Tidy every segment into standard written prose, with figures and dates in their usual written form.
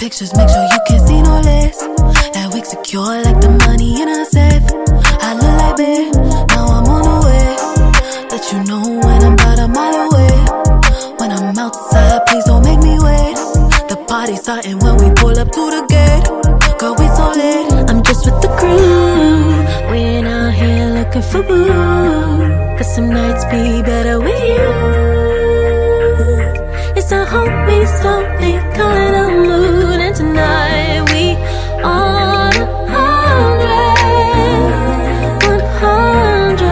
pictures, make sure you can see no less. That wig secure like the money in a safe. I look like babe, now I'm on the way. Let you know when I'm about a mile away. When I'm outside, please don't make me wait. The party's starting when we pull up to the gate. Girl, we so late. I'm just with the crew. We ain't out here looking for boo. Cause some nights be better with you. It's a homie, slowly calling a mood. And tonight we on 100.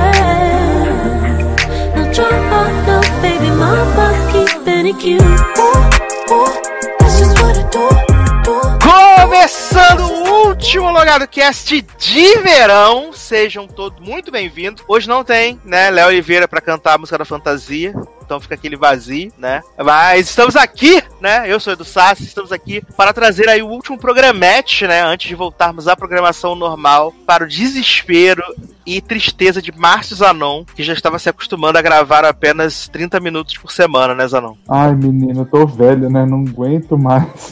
No drama, no baby, my boss keeping it cute. Ooh, that's just what I do. Começando o último Logado Cast de verão, sejam todos muito bem-vindos. Hoje não tem, né, Léo Oliveira pra cantar a música da fantasia, então fica aquele vazio, né? Mas estamos aqui, né? Eu sou o Edu Sassi, estamos aqui para trazer aí o último programete, né? Antes de voltarmos à programação normal, para o desespero e tristeza de Márcio Zanon, que já estava se acostumando a gravar apenas 30 minutos por semana, né, Zanon? Ai, menino, eu tô velho, né? Não aguento mais.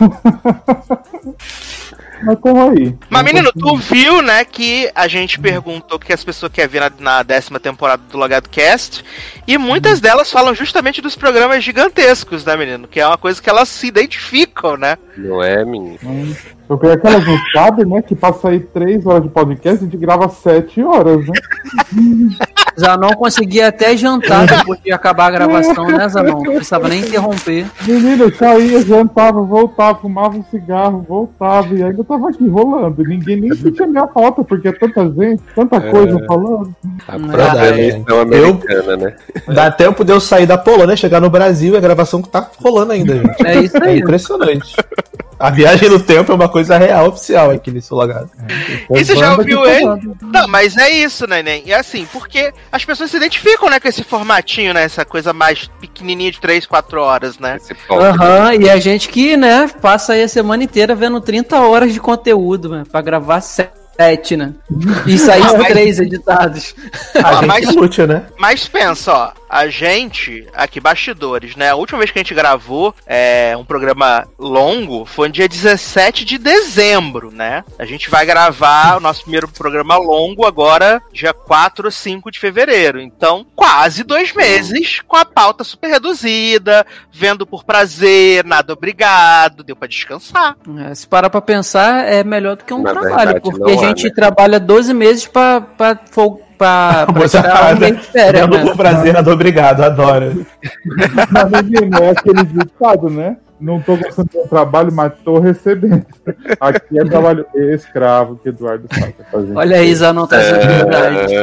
Mas tamo aí. Mas, menino, tu viu, né, que a gente perguntou o que as pessoas querem ver na 10ª temporada do Logado Cast, e muitas delas falam justamente dos programas gigantescos, né, menino? Que é uma coisa que elas se identificam, né? Não é, menino? Porque aquelas não sabem, né, que pra sair 3 horas de podcast, a gente grava 7 horas, né? Zanon conseguia até jantar depois de acabar a gravação, né, Zanon? Não precisava nem interromper. Menino, eu saía, jantava, voltava, fumava um cigarro, voltava, e ainda tava aqui rolando. Ninguém nem sentia minha falta, porque é tanta gente, tanta coisa falando. A programação americana, né? Dá tempo de eu sair da Polônia, chegar no Brasil e a gravação tá rolando ainda, gente. É isso aí. É impressionante. A viagem no tempo é uma coisa real, oficial aqui nesse Logado. E você já ouviu ele? Não, mas é isso, né, Nen? E assim, porque as pessoas se identificam, né, com esse formatinho, né, essa coisa mais pequenininha de 3, 4 horas, né? Aham, e a gente que, né, passa aí a semana inteira vendo 30 horas de conteúdo, né, pra gravar 7, né? E sair 3 editados. A gente curte, né? Mas pensa, ó, a gente, aqui bastidores, né? A última vez que a gente gravou um programa longo foi no dia 17 de dezembro, né? A gente vai gravar o nosso primeiro programa longo agora, dia 4 ou 5 de fevereiro. Então, quase 2 meses com a pauta super reduzida, vendo por prazer, nada obrigado, deu pra descansar. Se parar pra pensar, é melhor do que um trabalho, verdade, porque a gente né? trabalha 12 meses pra tirar um mês de férias, né? Por prazer, nada obrigado, adoro. Mas, menino, é aquele ditado, né? Não tô gostando do meu trabalho, mas tô recebendo. Aqui é trabalho escravo que Eduardo sabe fazer. Olha aí, Zanon tá sendo verdade.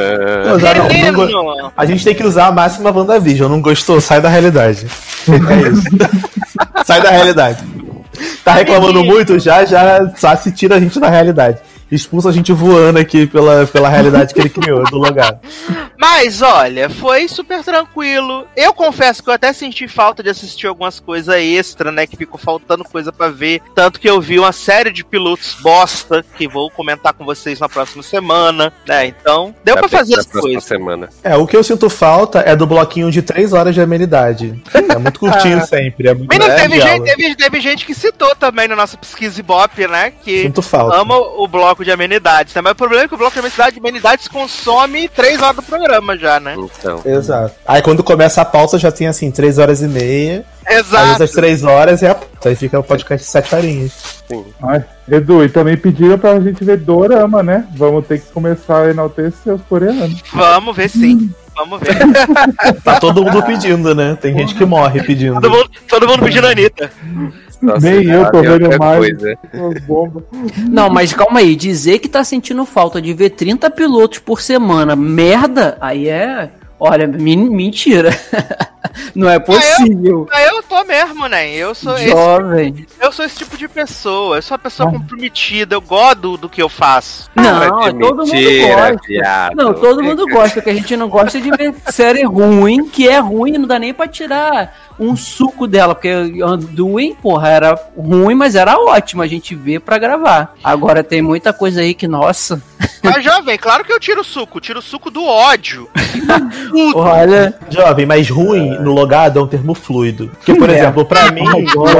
A gente tem que usar a máxima WandaVision. Não gostou? Sai da realidade. É isso. Sai da realidade. Tá reclamando muito? Já só se tira a gente da realidade. Expulsa a gente voando aqui pela realidade que ele criou do Logado. Mas, olha, foi super tranquilo. Eu confesso que eu até senti falta de assistir algumas coisas extra, né? Que ficou faltando coisa pra ver. Tanto que eu vi uma série de pilotos bosta, que vou comentar com vocês na próxima semana, né? Então, deu pra fazer as coisas. Semana. O que eu sinto falta é do bloquinho de 3 horas de amenidade. É muito curtinho sempre. É muito teve gente que citou também na nossa pesquisa Ibope, né? Que sinto falta. Ama o bloco de amenidades, né? Mas o problema é que o bloco de amenidades consome 3 horas do programa já, né? Então. Exato. Aí quando começa a pauta já tem assim 3 horas e meia. Exato. Às 3 horas é a pauta. Aí fica o podcast de 7 horinhas. Sim. Ai, Edu, e também pediram pra gente ver dorama, né? Vamos ter que começar a enaltecer os coreanos. Vamos ver sim. Vamos ver. Tá todo mundo pedindo, né? Tem gente que morre pedindo. Todo mundo pedindo a Anitta. Nossa, nem eu tô vendo mais. Coisa. Não, mas calma aí, dizer que tá sentindo falta de ver 30 pilotos por semana, merda, aí é... Olha, mentira. Não é possível. Eu tô mesmo, né? Eu sou jovem. Eu sou esse tipo de pessoa. Eu sou uma pessoa comprometida. Eu gosto do que eu faço. Não, todo mundo gosta. Viado. Não, todo mundo gosta. O que a gente não gosta é de ver série ruim, que é ruim, não dá nem pra tirar um suco dela. Porque Undoing, porra, era ruim, mas era ótimo a gente ver pra gravar. Agora tem muita coisa aí que, nossa... Mas, jovem, claro que eu tiro o suco do ódio. Olha. Jovem, mas ruim no logado é um termo fluido. Porque, por exemplo, pra mim,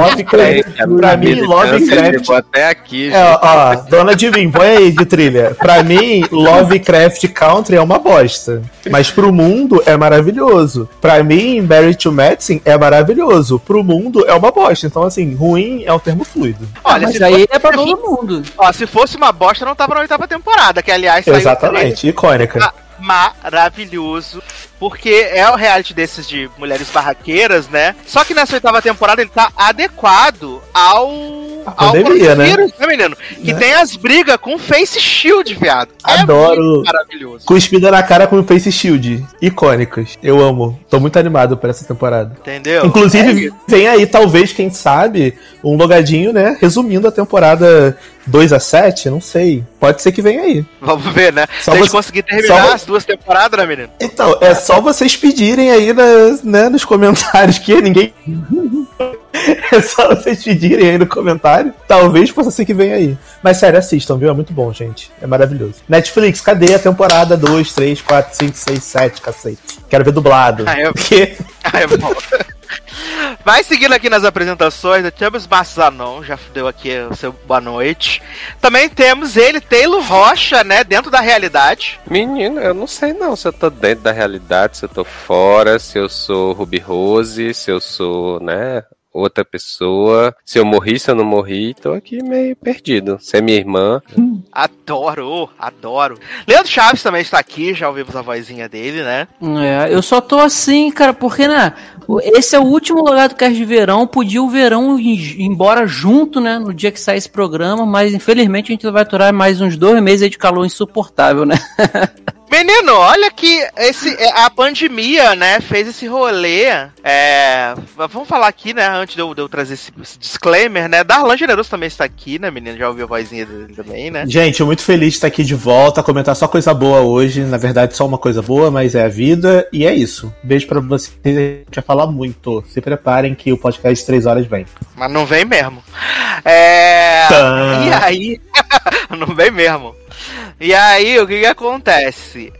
Lovecraft. Vou até aqui, dona de mim, põe aí de trilha. Pra mim, Lovecraft Country é uma bosta. Mas pro mundo é maravilhoso. Pra mim, Married to Medicine é maravilhoso. Pro mundo é uma bosta. Então, assim, ruim é um termo fluido. Olha, mas aí é pra todo mundo. Ó, se fosse uma bosta, não tava na 8ª temporada, que aliás saiu. Exatamente, icônica. Maravilhoso, porque é o reality desses de mulheres barraqueiras, né? Só que nessa 8ª temporada ele tá adequado ao pandemia, né? Vírus, né, menino? Que tem as brigas com face shield, viado. Adoro. É maravilhoso. Cuspida na cara com face shield. Icônicas. Eu amo. Tô muito animado por essa temporada. Entendeu? Inclusive, vem aí, talvez, quem sabe, um logadinho, né? Resumindo a temporada 2-7, não sei. Pode ser que venha aí. Vamos ver, né? Se a gente conseguir terminar as 2 temporadas, né, menino? Então, é só vocês pedirem aí nos comentários que ninguém... É só vocês pedirem aí no comentário. Talvez possa ser que venha aí. Mas sério, assistam, viu? É muito bom, gente. É maravilhoso. Netflix, cadê a temporada 2, 3, 4, 5, 6, 7, cacete? Quero ver dublado. É bom. Vai seguindo aqui nas apresentações, temos Massanon, já deu aqui o seu boa noite. Também temos ele, Taylor Rocha, né, dentro da realidade. Menino, eu não sei não se eu tô dentro da realidade, se eu tô fora, se eu sou Ruby Rose, se eu sou, né, outra pessoa, se eu morri, se eu não morri, tô aqui meio perdido. Você é minha irmã. Adoro. Leandro Chaves também está aqui, já ouvimos a vozinha dele, né? Eu só tô assim, cara, porque, né, esse é o último lugar do Cast de Verão, podia o Verão ir embora junto, né, no dia que sair esse programa, mas infelizmente a gente vai aturar mais uns 2 meses aí de calor insuportável, né? Menino, olha que a pandemia, né, fez esse rolê. Vamos falar aqui, né, antes de eu trazer esse disclaimer, né? Darlan Generoso também está aqui, né, menino? Já ouviu a vozinha dele também, né? Gente, eu muito feliz de estar aqui de volta, comentar só coisa boa hoje. Na verdade, só uma coisa boa, mas é a vida. E é isso. Beijo pra vocês. A gente vai falar muito. Se preparem que o podcast de 3 horas vem. Mas não vem mesmo. E aí? Não vem mesmo. E aí, o que acontece?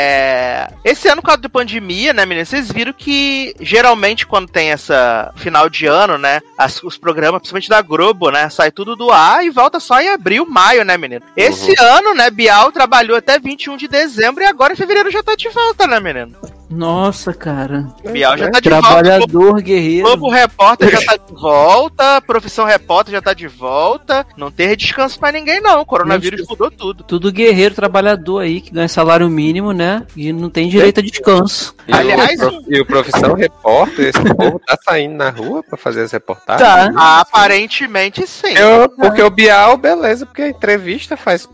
Esse ano, por causa da pandemia, né, menina? Vocês viram que geralmente quando tem essa final de ano, né? Os programas, principalmente da Globo, né? Sai tudo do ar e volta só em abril, maio, né, menino? Esse ano, né, Bial trabalhou até 21 de dezembro e agora em fevereiro já tá de volta, né, menino? Nossa, cara. Bial já tá de Trabalhador, volta. guerreiro. Globo Repórter já tá de volta. Profissão Repórter já tá de volta. Não tem descanso pra ninguém, não. O coronavírus mudou tudo. Tudo guerreiro, trabalhador aí, que ganha salário mínimo, né? E não tem direito a descanso. Aliás, e o Profissão Repórter, esse povo tá saindo na rua pra fazer as reportagens? Tá. Aparentemente sim. Porque o Bial, beleza, porque a entrevista faz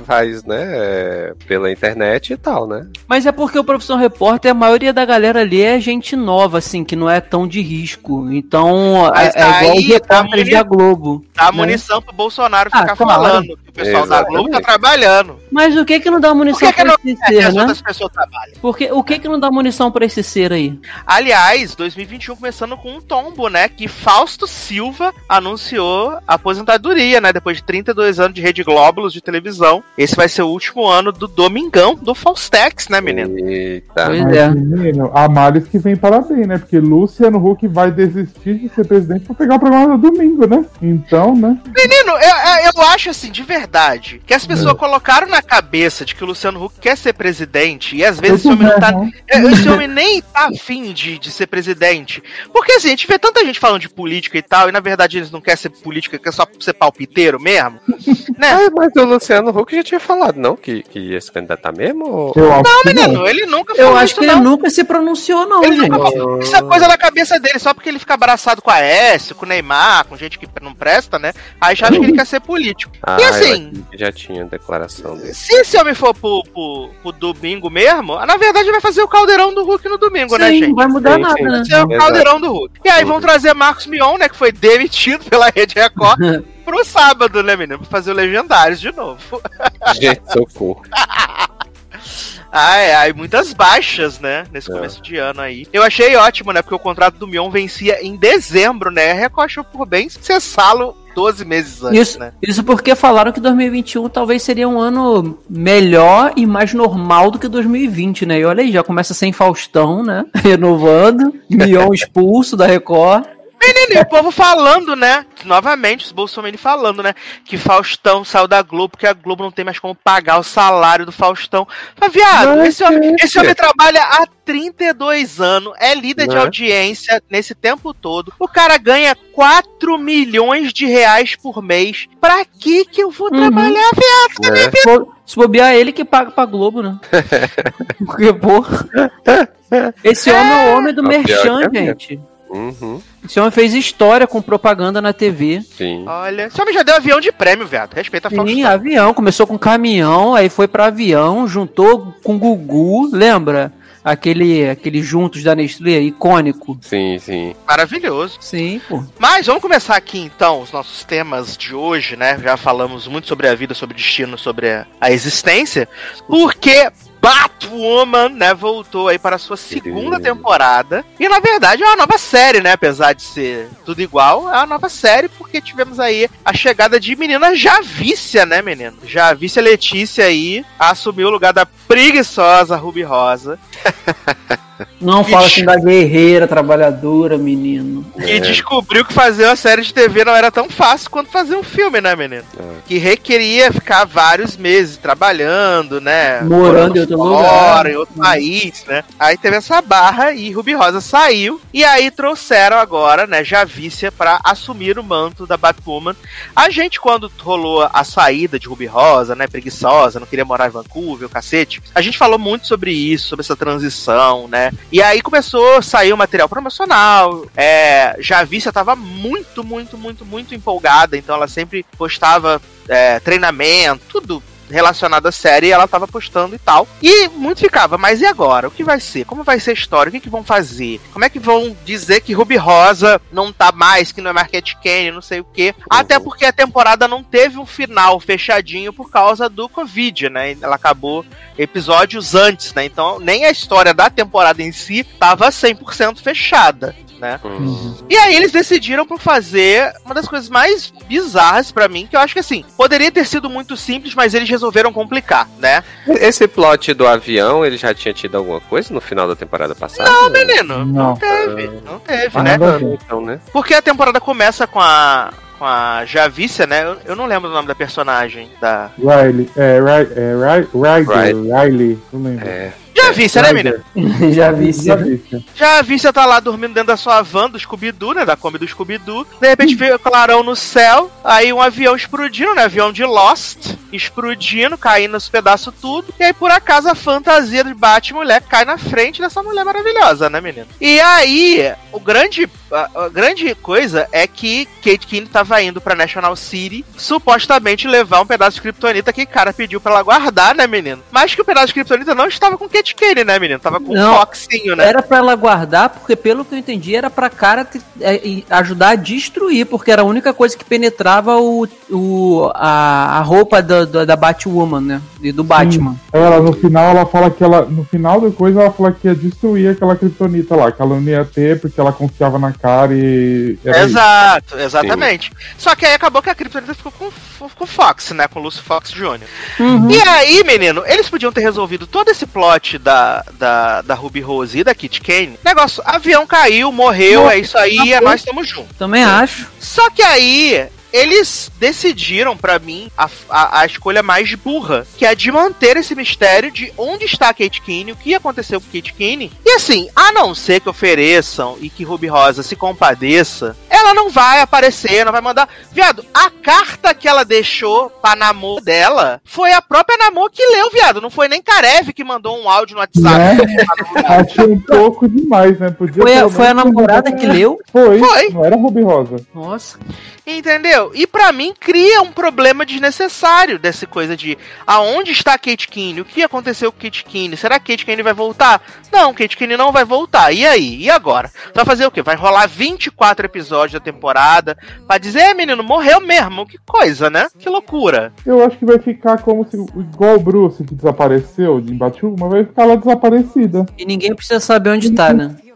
né, pela internet e tal, né? Mas é porque o Profissão Repórter, a maioria da galera ali é gente nova, assim, que não é tão de risco. Então, igual os repórteres da Globo. Dá munição pro Bolsonaro ficar falando. Que o pessoal da Globo tá trabalhando. Mas o que não dá munição pra esse ser, né? Outras pessoas trabalham? Porque o que não dá munição pra esse ser aí? Aliás, 2021 começando com um tombo, né? Que Fausto Silva anunciou a aposentadoria, né? Depois de 32 anos de Rede Glóbulos de televisão. Esse vai ser o último ano do Domingão do Faustex, né, menino? Eita. Pois Mas, menino, a Males que vem parabéns, né? Porque Luciano Huck vai desistir de ser presidente pra pegar o programa do domingo, né? Então, né? Menino, eu acho assim, de verdade, que as pessoas colocaram na cabeça de que o Luciano Huck quer ser presidente e às vezes esse homem não tá. Esse homem nem tá afim de ser presidente. Porque assim, a gente vê tanta gente falando de política e tal, e na verdade eles não querem ser política, quer só ser palpiteiro mesmo. Né? Mas o Luciano Huck já tinha falado, não? Que ia se candidatar mesmo? Ou... Não, menino, ele nunca falou. Eu acho que ele nunca se pronunciou, não, gente. Isso é coisa da cabeça dele, só porque ele fica abraçado com a S, com o Neymar, com gente que não presta, né? Aí já acha que ele quer ser político. E assim. Já tinha declaração dele. Se esse homem for pro domingo mesmo, na verdade ele vai fazer o caldeirão do Hulk no domingo, né, gente? Não vai mudar nada, né? Vai ser o caldeirão do Hulk. E aí vão trazer Marcos Mion, né, que foi demitido pela Rede Record, pro sábado, né, menino? Pra fazer o Legendários de novo. Gente, socorro. Muitas baixas, né, nesse começo de ano aí. Eu achei ótimo, né, porque o contrato do Mion vencia em dezembro, né, a Record achou por bem cessá-lo 12 meses antes, né? Isso porque falaram que 2021 talvez seria um ano melhor e mais normal do que 2020, né? E olha aí, já começa sem Faustão, né? Renovando, Mion expulso da Record. Menino, e o povo falando, né? Novamente, os Bolsonaro falando, né? Que Faustão saiu da Globo, porque a Globo não tem mais como pagar o salário do Faustão. Mas, viado, esse homem trabalha há 32 anos, é líder de audiência nesse tempo todo. O cara ganha 4 milhões de reais por mês. Pra que eu vou trabalhar, viado? Se bobear, ele que paga pra Globo, né? Porque, pô... Esse homem é o homem do merchan, gente. Uhum. Esse homem fez história com propaganda na TV. Sim. Olha, esse homem já deu avião de prêmio, viado. Respeita a Faustão. Sim, avião. Começou com caminhão, aí foi pra avião, juntou com Gugu, lembra? Aquele Juntos da Nestlé, icônico. Sim, sim. Maravilhoso. Sim, pô. Mas vamos começar aqui, então, os nossos temas de hoje, né? Já falamos muito sobre a vida, sobre o destino, sobre a existência. Porque... Batwoman, né, voltou aí para a sua segunda temporada. E, na verdade, é uma nova série, né? Apesar de ser tudo igual, é uma nova série porque tivemos aí a chegada de menina Javícia, né, menino? Javícia Letícia aí assumiu o lugar da preguiçosa Ruby Rosa. Não fala assim da guerreira, trabalhadora, menino. E descobriu que fazer uma série de TV não era tão fácil quanto fazer um filme, né, menino? Que requeria ficar vários meses trabalhando, né? Morando em outro lugar. Em outro país, né? Aí teve essa barra e Ruby Rosa saiu. E aí trouxeram agora, né, Javícia pra assumir o manto da Batwoman. A gente, quando rolou a saída de Ruby Rosa, né, preguiçosa, não queria morar em Vancouver, o cacete, a gente falou muito sobre isso, sobre essa transição, né? E aí começou a sair o material promocional. Javícia tava muito empolgada, então ela sempre postava treinamento, tudo relacionado à série, ela tava postando e tal. E muito ficava, mas e agora? O que vai ser? Como vai ser a história? O que vão fazer? Como é que vão dizer que Ruby Rosa não tá mais, que não é Marquette Kane, não sei o quê? Até porque a temporada não teve um final fechadinho por causa do Covid, né? Ela acabou episódios antes, né? Então nem a história da temporada em si tava 100% fechada, né? E aí eles decidiram por fazer uma das coisas mais bizarras pra mim, que eu acho que assim, poderia ter sido muito simples, mas eles resolveram complicar, né? Esse plot do avião, ele já tinha tido alguma coisa no final da temporada passada? Não, menino, não teve, né? Então, né? Porque a temporada começa com a Javícia, né? Eu não lembro o nome da personagem da... Riley, não lembro. Javícia, né, menina? Javícia tá lá dormindo dentro da sua van do Scooby-Doo, né? Da Kombi do Scooby-Doo. De repente veio o clarão no céu, aí um avião explodindo, né? Avião de Lost, explodindo, caindo nos pedaços tudo. E aí, por acaso, a fantasia de Batmulher cai na frente dessa mulher maravilhosa, né, menino? E aí, a grande coisa é que Kate Kane tava indo pra National City, supostamente levar um pedaço de Kryptonita que o cara pediu pra ela guardar, né, menino? Mas que o pedaço de Kryptonita não estava com Kate Kane, né, menino? Tava com um Foxinho, né? Era pra ela guardar, porque pelo que eu entendi, era pra cara ajudar a destruir, porque era a única coisa que penetrava a roupa da Batwoman, né? E do Batman. Ela, no final, ela fala que no final da coisa, ela fala que ia destruir aquela Kryptonita lá, que ela não ia ter, porque ela confiava na cara e... Exatamente. Sim. Só que aí acabou que a Kryptonita ficou com o Fox, né? Com o Lucius Fox Jr. E aí, menino, eles podiam ter resolvido todo esse plot da Ruby Rose e da Kate Kane. Negócio, avião caiu, morreu, é isso aí, nós estamos juntos. Também acho. Só que aí... eles decidiram, pra mim, a escolha mais burra, que é de manter esse mistério de onde está a Kate Kane, o que aconteceu com Kate Kane. E assim, a não ser que ofereçam e que Ruby Rosa se compadeça, ela não vai aparecer, não vai mandar... Viado, a carta que ela deixou pra Namor dela foi a própria Namor que leu, viado. Não foi nem Karev que mandou um áudio no WhatsApp. Achei um pouco demais, né? Foi a namorada que leu? Foi. Não era Ruby Rosa. Nossa. Entendeu? E pra mim cria um problema desnecessário dessa coisa de aonde está a Kate Kane? O que aconteceu com Kate Kane? Será que Kate Kane vai voltar? Não, Kate Kane não vai voltar. E aí? E agora? Vai fazer o quê? Vai rolar 24 episódios da temporada pra dizer, menino, morreu mesmo. Que coisa, né? Que loucura. Eu acho que vai ficar como se, igual o Bruce que desapareceu de Batwoman, vai ficar lá desaparecida. E ninguém precisa saber onde tá, né?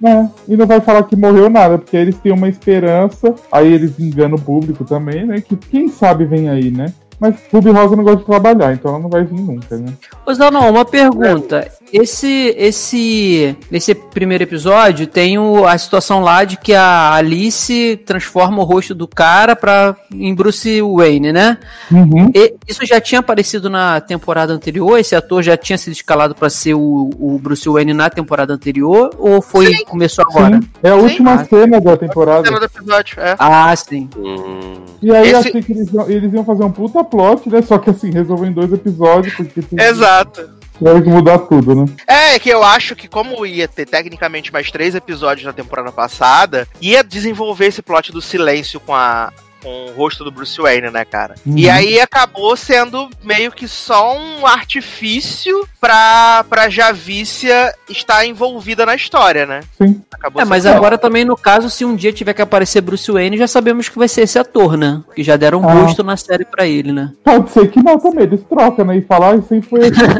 E não vai falar que morreu nada, porque eles têm uma esperança, aí eles enganam o público também, né? Que quem sabe vem aí, né? Mas Ruby Rosa não gosta de trabalhar, então ela não vai vir nunca, né? Ô, Zanon, uma pergunta. Nesse primeiro episódio tem a situação lá de que a Alice transforma o rosto do cara em Bruce Wayne, né? Uhum. Isso já tinha aparecido na temporada anterior? Esse ator já tinha sido escalado pra ser o Bruce Wayne na temporada anterior? Ou começou agora? Sim. É a última cena da temporada. Cena do episódio, sim. E aí achei que eles iam fazer um puta plot, né? Só que assim, resolveu em 2 episódios, porque Exato. Tiveram que mudar tudo, né? É que eu acho que como ia ter tecnicamente mais 3 episódios na temporada passada, ia desenvolver esse plot do silêncio com o rosto do Bruce Wayne, né, cara? Uhum. E aí acabou sendo meio que só um artifício pra Javícia estar envolvida na história, né? Sim. Mas agora também, no caso, se um dia tiver que aparecer Bruce Wayne, já sabemos que vai ser esse ator, né? Que já deram um rosto na série pra ele, né? Pode ser que não também, eles trocam, né? E falar isso aí foi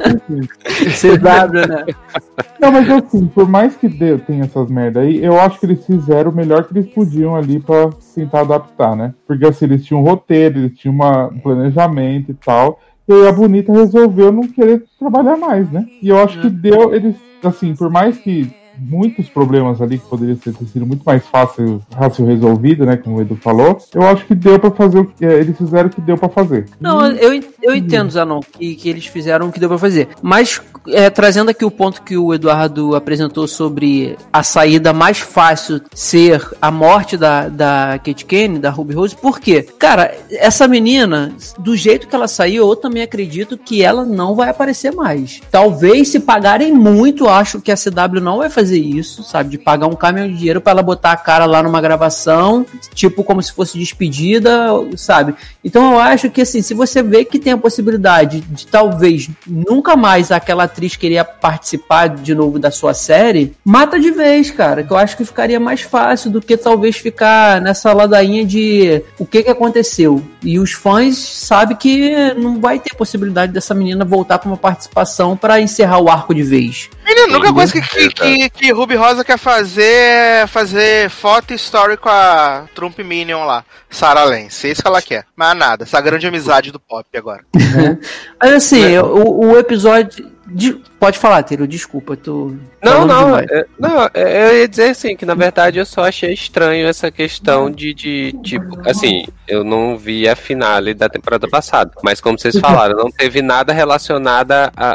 CW, né? Não, mas assim, por mais que tenha essas merda aí, eu acho que eles fizeram o melhor que eles podiam ali pra tentar adaptar, né? Porque assim, eles tinham um roteiro, eles tinham um planejamento e tal. E aí a Bonita resolveu não querer trabalhar mais, né? E eu acho que eles, assim, por mais que muitos problemas ali que poderiam ter sido muito mais fácil resolvido, né, como o Edu falou, eu acho que deu pra fazer o que eles fizeram o que deu pra fazer. Não, eu entendo, Zanon, que eles fizeram o que deu pra fazer, mas trazendo aqui o ponto que o Eduardo apresentou sobre a saída mais fácil ser a morte da Kate Kane, da Ruby Rose, por quê? Cara, essa menina, do jeito que ela saiu, eu também acredito que ela não vai aparecer mais. Talvez, se pagarem muito, acho que a CW não vai fazer isso, sabe? De pagar um caminhão de dinheiro pra ela botar a cara lá numa gravação, tipo como se fosse despedida, sabe? Então eu acho que, assim, se você vê que tem a possibilidade de talvez nunca mais aquela atriz queria participar de novo da sua série, mata de vez, cara, que eu acho que ficaria mais fácil do que talvez ficar nessa ladainha de o que aconteceu. E os fãs sabem que não vai ter possibilidade dessa menina voltar pra uma participação pra encerrar o arco de vez. Menino, a única coisa que Ruby Rosa quer fazer é fazer foto e story com a Trump Minion lá, Sarah Lance. É isso que ela quer. Mas nada, essa grande amizade do pop agora. Mas assim, o episódio... Pode falar, Tiro, desculpa, eu ia dizer assim, que na verdade eu só achei estranho essa questão de tipo, assim, eu não vi a finale da temporada passada, mas como vocês falaram, não teve nada relacionado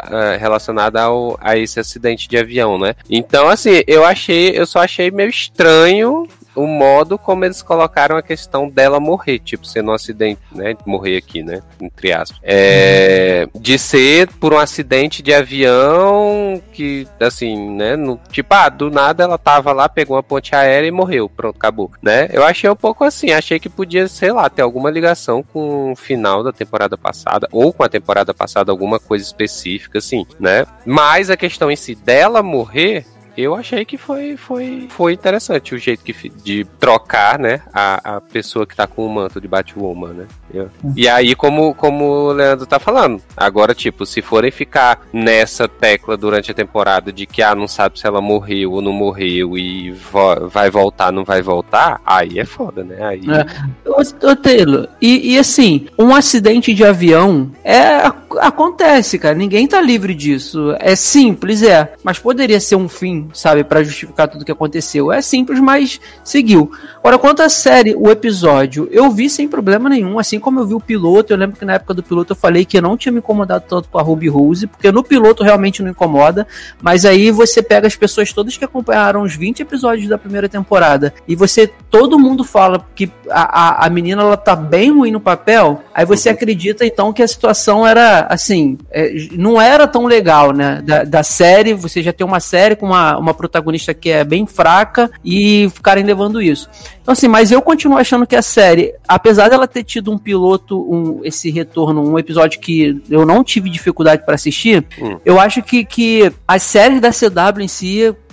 a esse acidente de avião, né? Então, assim, eu só achei meio estranho o modo como eles colocaram a questão dela morrer, tipo, sendo um acidente, né, morrer aqui, né, entre aspas, de ser por um acidente de avião que, assim, né, tipo, do nada ela tava lá, pegou uma ponte aérea e morreu, pronto, acabou, né, eu achei um pouco assim, achei que podia, sei lá, ter alguma ligação com o final da temporada passada, ou com a temporada passada, alguma coisa específica, assim, né, mas a questão em si dela morrer, eu achei que foi interessante o jeito de trocar, né, a pessoa que tá com o manto de Batwoman, né. E aí, como o Leandro tá falando, agora, tipo, se forem ficar nessa tecla durante a temporada de que, não sabe se ela morreu ou não morreu e vai voltar, não vai voltar, aí é foda, né, aí... Ô, Taylor, e assim, um acidente de avião acontece, cara, ninguém tá livre disso, é simples, mas poderia ser um fim, sabe, pra justificar tudo que aconteceu, é simples, mas seguiu. Agora, quanto à série, o episódio, eu vi sem problema nenhum, assim como eu vi o piloto, eu lembro que na época do piloto eu falei que eu não tinha me incomodado tanto com a Ruby Rose, porque no piloto realmente não incomoda, mas aí você pega as pessoas todas que acompanharam os 20 episódios da primeira temporada, e todo mundo fala que a menina, ela tá bem ruim no papel, aí você acredita então que a situação era, assim, não era tão legal, né, da série, você já tem uma série com uma protagonista que é bem fraca, e ficarem levando isso. Então assim, mas eu continuo achando que a série, apesar dela ter tido um piloto, esse retorno, um episódio que eu não tive dificuldade para assistir, eu acho que as séries da CW em si,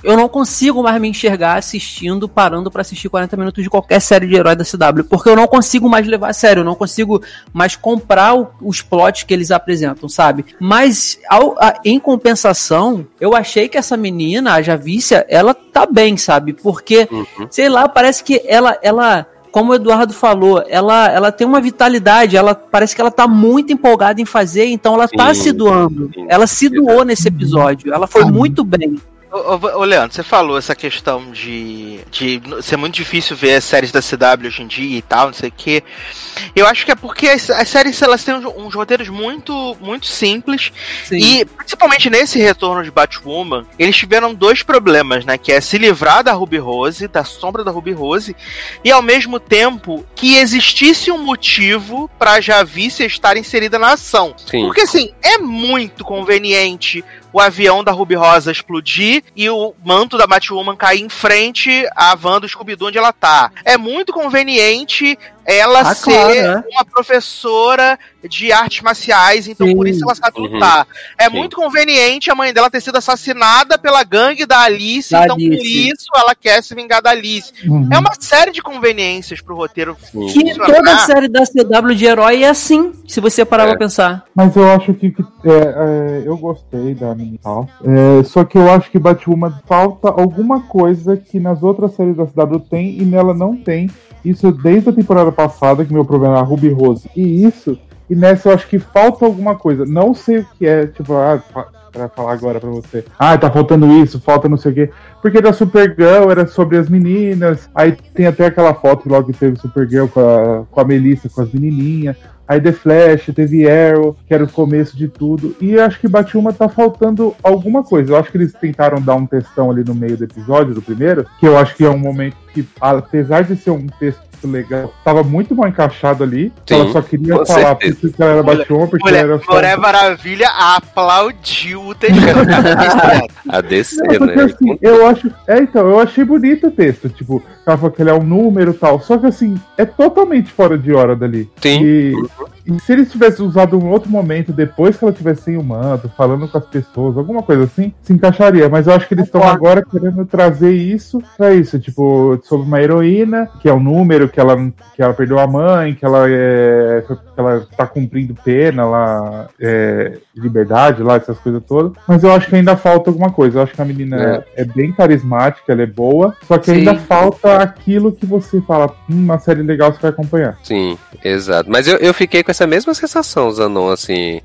eu não consigo mais me enxergar parando pra assistir 40 minutos de qualquer série de herói da CW, porque eu não consigo mais levar a sério, eu não consigo mais comprar os plots que eles apresentam, sabe? Mas, em compensação, eu achei que essa menina, a Javícia, ela tá bem, sabe? Porque, sei lá, parece que ela como o Eduardo falou, ela tem uma vitalidade, parece que ela tá muito empolgada em fazer, então ela tá se doando. Ela se doou nesse episódio, ela foi muito bem. Ô Leandro, você falou essa questão de ser muito difícil ver as séries da CW hoje em dia e tal, não sei o que. Eu acho que é porque as séries elas têm uns roteiros muito, muito simples. Sim. E principalmente nesse retorno de Batwoman, eles tiveram dois problemas, né? Que é se livrar da Ruby Rose, da sombra da Ruby Rose, e ao mesmo tempo que existisse um motivo pra Javícia estar inserida na ação. Sim. Porque assim, é muito conveniente o avião da Ruby Rosa explodir e o manto da Batwoman cair em frente à van do Scooby-Doo onde ela tá. É muito conveniente ela ser uma professora de artes marciais, então por isso ela sabe lutar. É muito conveniente a mãe dela ter sido assassinada pela gangue da Alice, então por isso ela quer se vingar da Alice. É uma série de conveniências pro roteiro. Que toda a série da CW de herói é assim, se você parar pra pensar. Mas eu acho que eu gostei da minha tal. Só que eu acho que Batwoman falta alguma coisa que nas outras séries da CW tem e nela não tem. Isso desde a temporada passada, que meu problema era a Ruby Rose. E nessa eu acho que falta alguma coisa. Não sei o que é, tipo, pra falar agora pra você. Tá faltando isso, falta não sei o quê. Porque da Supergirl era sobre as meninas. Aí tem até aquela foto logo que teve Supergirl com a Melissa, com as menininhas. Aí The Flash, teve Arrow, que era o começo de tudo. E acho que Batwoman tá faltando alguma coisa. Eu acho que eles tentaram dar um textão ali no meio do episódio, do primeiro, que eu acho que é um momento que, apesar de ser um texto legal, tava muito mal encaixado ali. Sim, ela só queria falar porque ela era Batwoman, porque ela era só... Mulher Maravilha aplaudiu o texto. A DC, né? Assim, eu achei bonito o texto. Tipo, ela falou que ele é um número e tal. Só que assim, é totalmente fora de hora dali. Sim. E se eles tivessem usado um outro momento, depois que ela tivesse sem o manto, falando com as pessoas, alguma coisa assim, se encaixaria. Mas eu acho que eles estão agora querendo trazer isso pra isso. Tipo, sobre uma heroína, que é um número, que ela perdeu a mãe, que ela tá cumprindo pena lá, liberdade lá, essas coisas todas. Mas eu acho que ainda falta alguma coisa. Eu acho que a menina é bem carismática, ela é boa, só que ainda falta aquilo que você fala, uma série legal você vai acompanhar. Sim, exato. Mas eu fiquei com essa mesma sensação, Zanon, assim.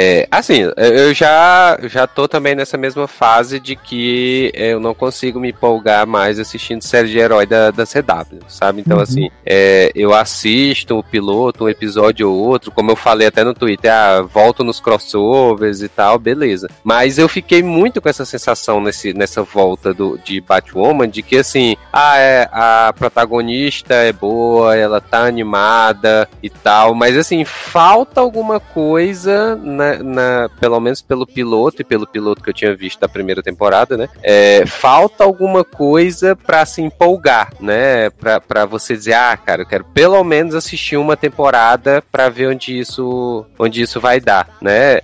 Eu já tô também nessa mesma fase de que eu não consigo me empolgar mais assistindo série de herói da CW, sabe? Então, assim, eu assisto o piloto, um episódio ou outro, como eu falei até no Twitter, volto nos crossovers e tal, beleza. Mas eu fiquei muito com essa sensação nessa volta de Batwoman, de que, assim, a protagonista é boa, ela tá animada e tal, mas, assim, falta alguma coisa, pelo menos pelo piloto, e pelo piloto que eu tinha visto da primeira temporada, né? Falta alguma coisa pra se empolgar, né? Pra você dizer, cara, eu quero pelo menos assistir uma temporada pra ver onde isso vai dar, né?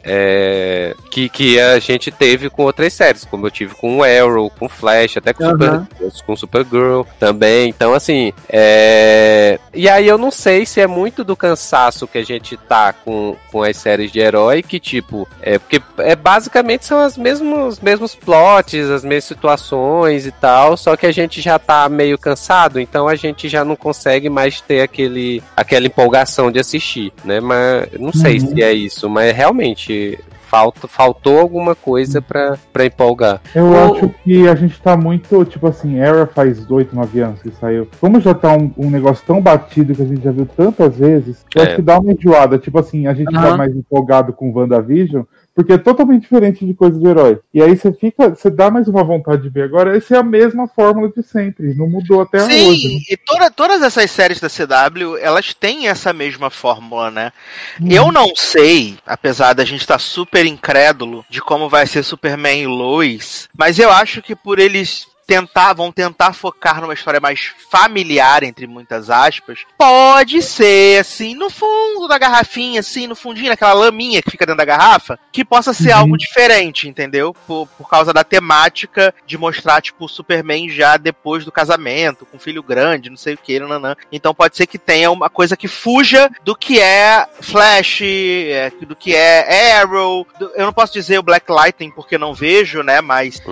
Que a gente teve com outras séries, como eu tive com o Arrow, com Flash, até com Supergirl também. Então, assim, e aí eu não sei se é muito do cansaço que a gente tá com as séries de herói, que tipo, porque basicamente são os mesmos plots, as mesmas situações e tal, só que a gente já tá meio cansado, então a gente já não consegue mais ter aquela empolgação de assistir, né? Mas não sei se é isso, mas realmente faltou alguma coisa pra empolgar. Eu acho que a gente tá muito, tipo assim, Arrow faz 8, 9 anos que saiu. Como já tá um negócio tão batido que a gente já viu tantas vezes, eu acho que dá uma enjoada. Tipo assim, a gente tá mais empolgado com WandaVision, porque é totalmente diferente de coisa de herói. E aí você dá mais uma vontade de ver. Agora, essa é a mesma fórmula de sempre. Não mudou até hoje. Sim, e todas essas séries da CW, elas têm essa mesma fórmula, né? Eu não sei, apesar da gente estar super incrédulo de como vai ser Superman e Lois, mas eu acho que por eles vão tentar focar numa história mais familiar, entre muitas aspas, pode ser, assim, no fundo da garrafinha, assim, no fundinho, naquela laminha que fica dentro da garrafa, que possa ser algo diferente, entendeu? Por causa da temática de mostrar, tipo, o Superman já depois do casamento, com filho grande, não sei o que, nananã. Então pode ser que tenha uma coisa que fuja do que é Flash, do que é Arrow, eu não posso dizer o Black Lightning porque não vejo, né, mas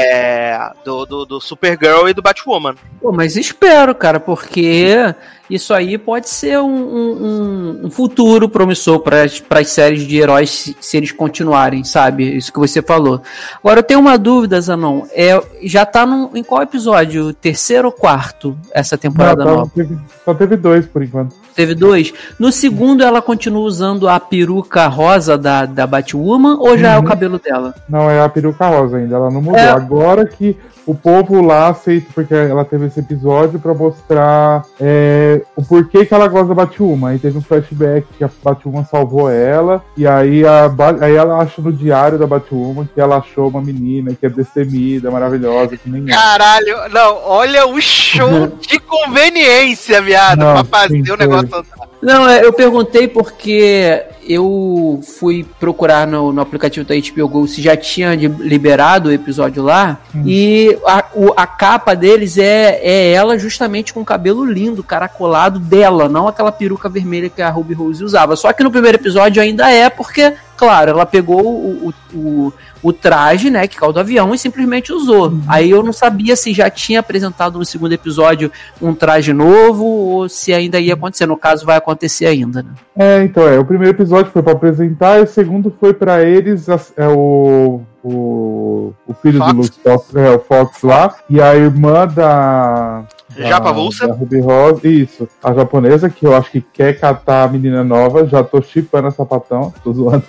do Supergirl e do Batwoman. Pô, mas espero, cara, porque isso aí pode ser um futuro promissor para as séries de heróis se eles continuarem, sabe? Isso que você falou. Agora, eu tenho uma dúvida, Zanon. Já tá em qual episódio? Terceiro ou quarto essa temporada nova? Só teve 2 por enquanto. Teve 2. No segundo, ela continua usando a peruca rosa da Batwoman ou já é o cabelo dela? Não, é a peruca rosa ainda. Ela não mudou. Agora que o povo lá aceita, porque ela teve esse episódio pra mostrar o porquê que ela gosta da Batwoman. Aí teve um flashback que a Batwoman salvou ela, e aí ela acha no diário da Batwoman que ela achou uma menina que é destemida, maravilhosa, que nem Caralho, não, olha o show de conveniência, viado, pra fazer o negócio. Não, eu perguntei porque eu fui procurar no aplicativo da HBO Go se já tinha liberado o episódio lá, e a capa deles é ela justamente com o cabelo lindo, caracolado dela, não aquela peruca vermelha que a Ruby Rose usava. Só que no primeiro episódio ainda porque, claro, ela pegou o traje, né, que caiu do avião e simplesmente usou. Aí eu não sabia se já tinha apresentado no segundo episódio um traje novo ou se ainda ia acontecer. No caso, vai acontecer ainda, né? Então, o primeiro episódio foi pra apresentar e o segundo foi pra eles, o filho Fox? do Luke, o Fox lá, e a irmã da Japa Vulsa? Da Ruby Rose, isso. A japonesa, que eu acho que quer catar a menina nova, já tô shippando a sapatão, tô zoando.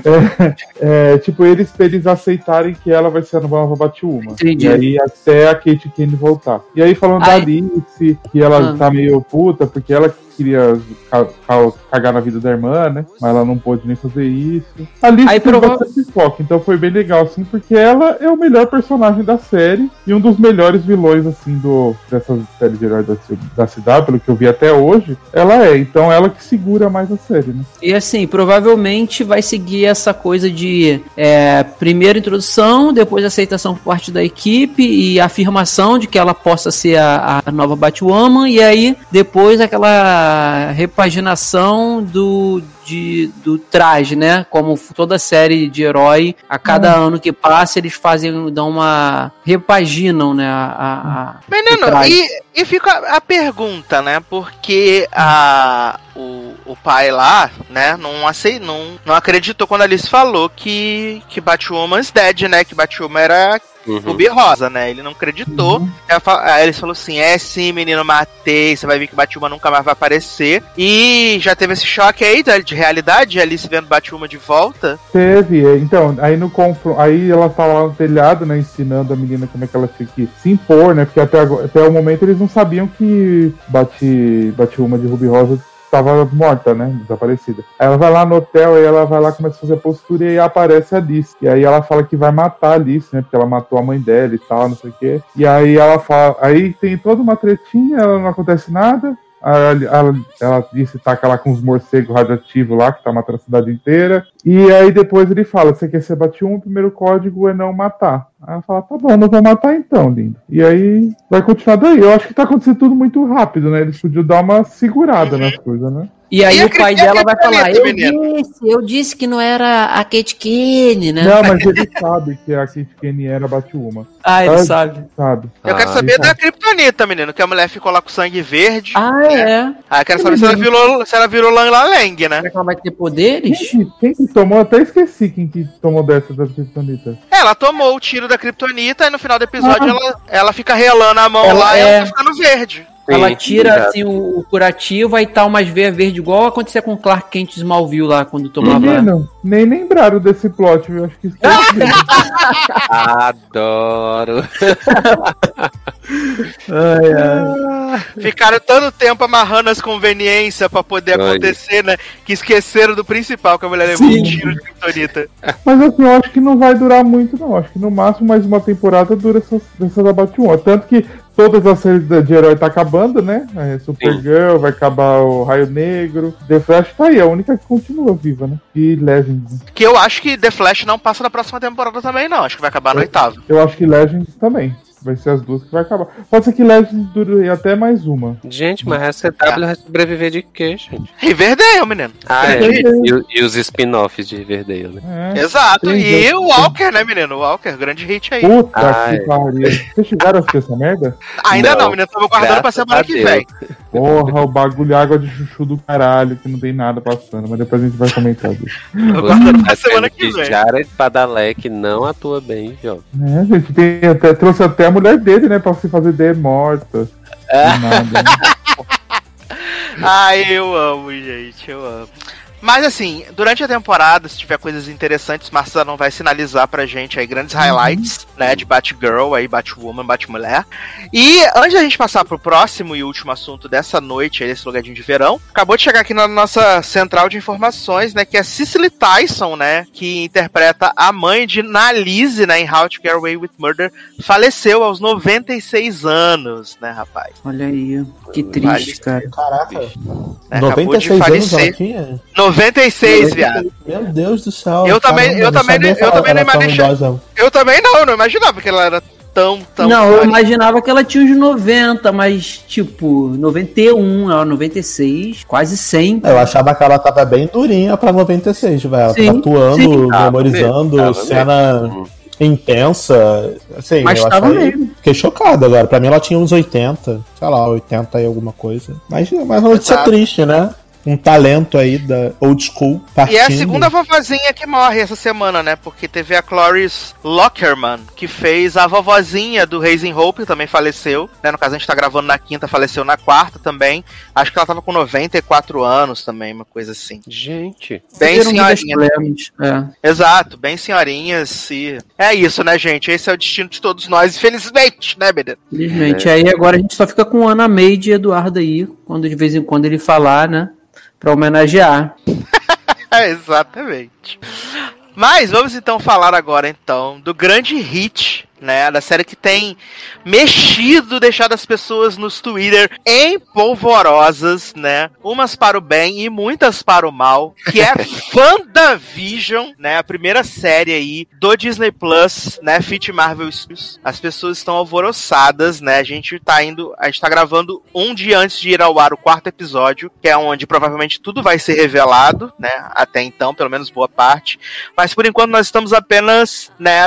Tipo, eles aceitarem que ela vai ser a nova Batwoman. Entendi. E aí até a Kate Kane voltar. E aí falando da Alice, que ela tá meio puta, porque ela queria cagar na vida da irmã, né? Mas ela não pôde nem fazer isso. A Alice teve bastante foco, então foi bem legal, assim, porque ela é o melhor personagem da série e um dos melhores vilões, assim, dessas séries de heróis da cidade, pelo que eu vi até hoje, ela é. Então ela que segura mais a série, né? E assim, provavelmente vai seguir essa coisa de primeiro introdução, depois aceitação por parte da equipe e afirmação de que ela possa ser a nova Batwoman, e aí depois aquela repaginação do traje, né? Como toda série de herói, a cada ano que passa, eles dão uma repaginam, né? Menino, e fica a pergunta, né? Porque o pai lá, né, não acreditou quando a Alice falou que Batwoman's dead, né? Que Batwoman era Ruby Rosa, né? Ele não acreditou. Aí ele falou assim: sim, menino, matei. Você vai ver que Batwoman nunca mais vai aparecer. E já teve esse choque aí de realidade, Alice vendo Batwoman de volta. Teve, então, aí no confronto, aí ela tava lá no telhado, né, ensinando a menina como é que ela tinha que se impor, né? Porque até o momento eles não sabiam que Batwoman de Ruby Rosa estava morta, né? Desaparecida. Aí ela vai lá no hotel, aí ela vai lá, começa a fazer a postura e aí aparece a Alice. E aí ela fala que vai matar a Alice, né? Porque ela matou a mãe dela e tal, não sei o quê. E aí ela fala. Aí tem toda uma tretinha, ela não acontece nada. Ela disse taca lá com os morcegos radioativos lá, que tá matando a cidade inteira. E aí depois ele fala: você quer ser Batwoman, o primeiro código é não matar. Aí ela fala: tá bom, não vou matar então, lindo. E aí vai continuar daí. Eu acho que tá acontecendo tudo muito rápido, né? Eles podiam dar uma segurada nas coisas, né? E aí o pai dela vai falar: eu disse que não era a Kate Kane, né? Não, mas ele sabe que a Kate Kane era Batwoman. Ele sabe. Eu quero saber da Kryptonita, menino, que a mulher ficou lá com sangue verde. Eu quero saber se ela virou Lang Lang, né? Será que ela vai ter poderes? Quem que tomou? Até esqueci quem que tomou dessa da Kryptonita. Ela tomou o tiro da Kryptonita e no final do episódio ela fica relando a mão lá e ela tá ficando verde. Ela tira assim, o curativo, aí tá umas veias verde igual acontecia com o Clark Kent Smallville lá, quando tomava... Nem lembraram desse plot, eu acho que esqueci. Adoro. Ficaram tanto tempo amarrando as conveniências pra poder acontecer, né? Que esqueceram do principal, que a mulher levou um tiro de kryptonita. Mas assim, eu acho que não vai durar muito, não. Acho que no máximo mais uma temporada dura essas Abate One. Tanto que todas as séries de herói tá acabando, né? Supergirl, vai acabar o Raio Negro. The Flash tá aí, a única que continua viva, né? E Legends. Que eu acho que The Flash não passa na próxima temporada também, não. Acho que vai acabar no 8º. Eu acho que Legends também. Vai ser as duas que vai acabar. Pode ser que Legends dure até mais uma. Gente, mas a CW vai sobreviver de quê, gente? Riverdale, menino. E os spin-offs de Riverdale, né? Exato. E o Walker, né, menino? O Walker, grande hit aí. Puta que pariu. Vocês chegaram a assistir essa merda? Ainda não, menino. Tava guardando pra semana que vem. Porra, o bagulho água de chuchu do caralho, que não tem nada passando. Mas depois a gente vai comentar disso. Tô guardando pra semana que vem. Jared Padalecki não atua bem, João. Gente, trouxe até a mulher dele, né, pra se fazer de morta. Nada, né? Ai, eu amo, gente, eu amo. Mas assim, durante a temporada, se tiver coisas interessantes, Marcelo não vai sinalizar pra gente aí grandes highlights, né, de Batgirl, aí Batwoman, Batmulher. E antes da gente passar pro próximo e último assunto dessa noite, aí desse lugarzinho de verão, acabou de chegar aqui na nossa central de informações, né, que é Cicely Tyson, né, que interpreta a mãe de Nalise, né, em How to Get Away with Murder, faleceu aos 96 anos, né, rapaz. Olha aí, que triste, cara. Caraca. Né, 96 anos ela tinha? 96, viado. Meu Deus do céu. Eu também não imaginava. Eu também não imaginava que ela era tão. Não, eu imaginava que ela tinha uns 90, mas tipo, 91, ela 96, quase 100. Eu achava que ela tava bem durinha pra 96, velho. Ela tava atuando, memorizando, cena intensa. Assim, mas eu tava mesmo. Fiquei chocado agora. Pra mim ela tinha uns 80, sei lá, 80 e alguma coisa. Mas uma notícia triste, né? Um talento aí da old school partindo. E é a segunda vovozinha que morre essa semana, né? Porque teve a Cloris Lockerman, que fez a vovozinha do Raising Hope, também faleceu, né? No caso a gente tá gravando na quinta, faleceu na quarta também. Acho que ela tava com 94 anos também, uma coisa assim. Gente. Bem senhorinha. Exato, bem senhorinhas. E é isso, né, gente? Esse é o destino de todos nós, infelizmente, né, Beda? Infelizmente. Aí agora a gente só fica com Ana Maid e Eduardo aí, quando de vez em quando ele falar, né? Pra homenagear. Exatamente. Mas vamos então falar agora então do grande hit, né, da série que tem mexido, deixado as pessoas nos Twitter empolvorosas, né, umas para o bem e muitas para o mal, que é WandaVision, né, a primeira série aí do Disney Plus, né, Fit Marvel Studios. As pessoas estão alvoroçadas, né, a gente tá gravando um dia antes de ir ao ar o 4º episódio, que é onde provavelmente tudo vai ser revelado, né, até então, pelo menos boa parte, mas por enquanto nós estamos apenas, né,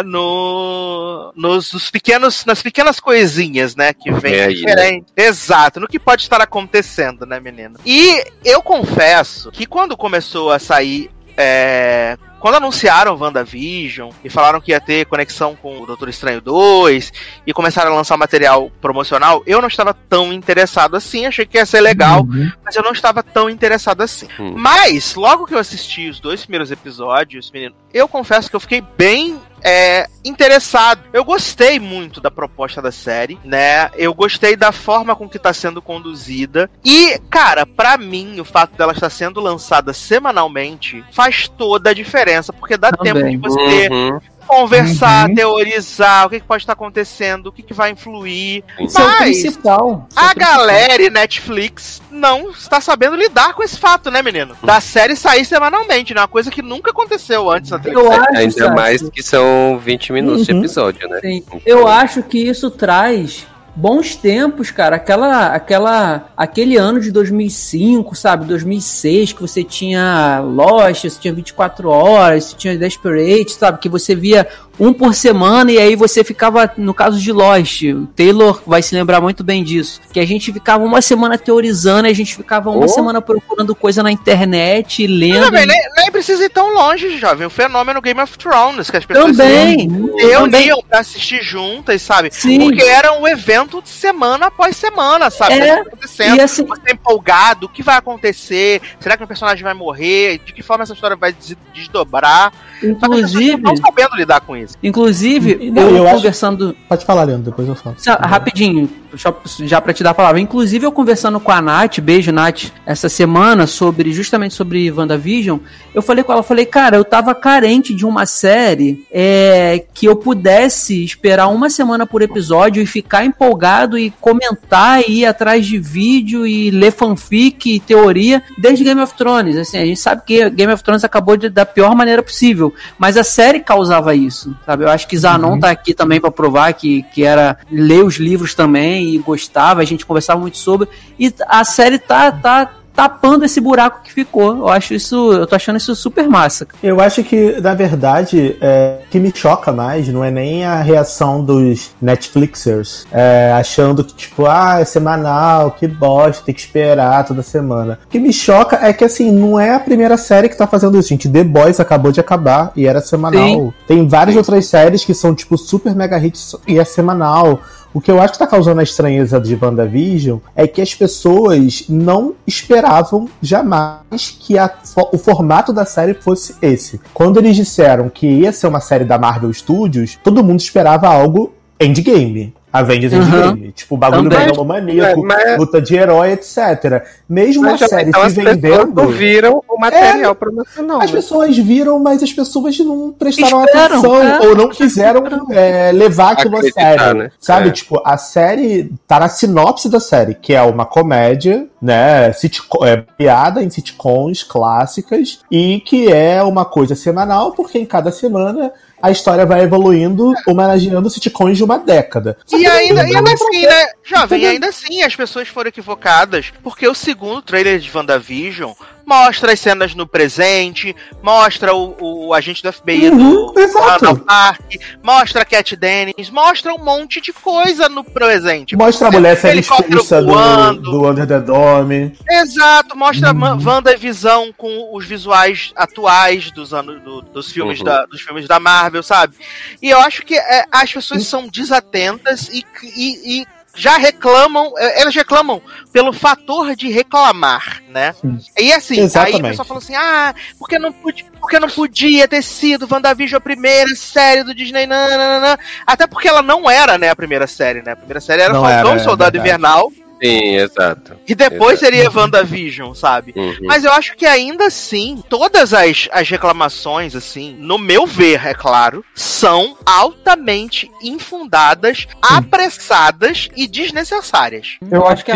nas pequenas coisinhas, né, que vem diferente. Né? Exato, no que pode estar acontecendo, né, menino? E eu confesso que quando começou a sair quando anunciaram WandaVision e falaram que ia ter conexão com o Doutor Estranho 2 e começaram a lançar material promocional, eu não estava tão interessado assim, achei que ia ser legal, mas eu não estava tão interessado assim. Mas, logo que eu assisti os 2 primeiros episódios, menino, eu confesso que eu fiquei bem interessado. Eu gostei muito da proposta da série, né? Eu gostei da forma com que tá sendo conduzida. E, cara, pra mim, o fato dela estar sendo lançada semanalmente faz toda a diferença, porque dá tempo de você conversar, teorizar o que pode estar acontecendo, o que vai influir. Isso é o principal. A galera e Netflix não está sabendo lidar com esse fato, né, menino? Da série sair semanalmente, né? Uma coisa que nunca aconteceu antes na televisão. Ainda mais que são 20 minutos de episódio, né? Sim. Eu acho que isso traz bons tempos, cara. Aquele ano de 2005, sabe? 2006, que você tinha Lost, você tinha 24 horas, você tinha Desperate, sabe? Que você via um por semana e aí você ficava, no caso de Lost, o Taylor vai se lembrar muito bem disso, que a gente ficava uma semana teorizando, a gente ficava uma semana procurando coisa na internet, lendo. Nem precisa ir tão longe, jovem. O fenômeno Game of Thrones, que as pessoas também reuniam pra assistir juntas, sabe? Sim. Porque era um evento de semana após semana, sabe? E assim, você é empolgado, o que vai acontecer? Será que o personagem vai morrer? De que forma essa história vai desdobrar? Inclusive, não sabendo lidar com isso. assim. Inclusive, eu acho... conversando... Pode falar, Leandro, depois eu falo. Rapidinho, já pra te dar a palavra. Inclusive, eu conversando com a Nath, beijo, Nath, essa semana, justamente sobre WandaVision, eu falei com ela, cara, eu tava carente de uma série que eu pudesse esperar uma semana por episódio e ficar empolgado e comentar e ir atrás de vídeo e ler fanfic e teoria desde Game of Thrones. Assim, a gente sabe que Game of Thrones acabou da pior maneira possível, mas a série causava isso, sabe? Eu acho que Zanon tá aqui também pra provar que era ler os livros também e gostava, a gente conversava muito sobre, e a série tá tapando esse buraco que ficou. Eu tô achando isso super massa. Eu acho que, na verdade, o que me choca mais não é nem a reação dos Netflixers, achando que, tipo, é semanal, que bosta, tem que esperar toda semana. O que me choca é que, assim, não é a primeira série que tá fazendo isso, gente. The Boys acabou de acabar e era semanal. Sim. Tem várias outras séries que são, tipo, super mega hits e é semanal. O que eu acho que tá causando a estranheza de WandaVision é que as pessoas não esperavam jamais que o formato da série fosse esse. Quando eles disseram que ia ser uma série da Marvel Studios, todo mundo esperava algo Endgame. Avengers Endgame. Tipo, bagulho megalomaníaco, luta de herói, etc. Mesmo a série então se vendendo... As pessoas viram o material promocional. As pessoas viram, mas as pessoas não prestaram atenção ou não quiseram levar aquilo a sério. Né? Sabe? Tipo, a série tá na sinopse da série, que é uma comédia, né? Piada em sitcoms clássicas, e que é uma coisa semanal, porque em cada semana a história vai evoluindo, homenageando sitcoms de uma década. E ainda assim, né, jovem, ainda assim as pessoas foram equivocadas, porque o segundo trailer de WandaVision mostra as cenas no presente, mostra o agente do FBI do Randall Park, mostra a Kat Dennings, mostra um monte de coisa no presente. Mostra a mulher sendo expulsa do Under the Dome. Exato, mostra WandaVision com os visuais atuais dos filmes da Marvel, sabe? E eu acho que as pessoas são desatentas e já reclamam, elas reclamam pelo fator de reclamar, né? Sim. E assim, aí o pessoal falou assim, porque não podia ter sido WandaVision a primeira série do Disney, nananana. Até porque ela não era, né, a primeira série, né? A primeira série era Falcão, Soldado Invernal. Sim, exato. E depois seria WandaVision, sabe? Mas eu acho que ainda assim, todas as reclamações, assim, no meu ver, é claro, são altamente infundadas, apressadas e desnecessárias. Eu acho que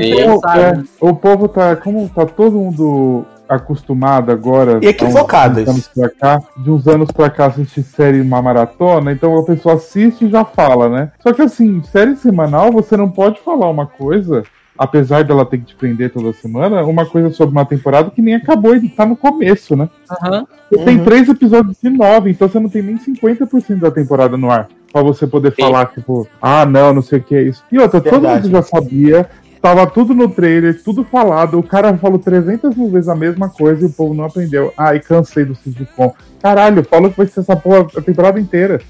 o povo tá, como tá todo mundo acostumado agora, e equivocadas, de uns anos pra cá assistir série uma maratona, então a pessoa assiste e já fala, né? Só que assim, série semanal, você não pode falar uma coisa, apesar dela ter que te prender toda semana, uma coisa sobre uma temporada que nem acabou e tá no começo, né? Tem 3 episódios de 9, então você não tem nem 50% da temporada no ar, pra você poder falar, tipo, não sei o que é isso. E outra, todo mundo já sabia, tava tudo no trailer, tudo falado, o cara falou 300 mil vezes a mesma coisa e o povo não aprendeu. E cansei do sitcom. Caralho, fala que vai ser essa porra a temporada inteira.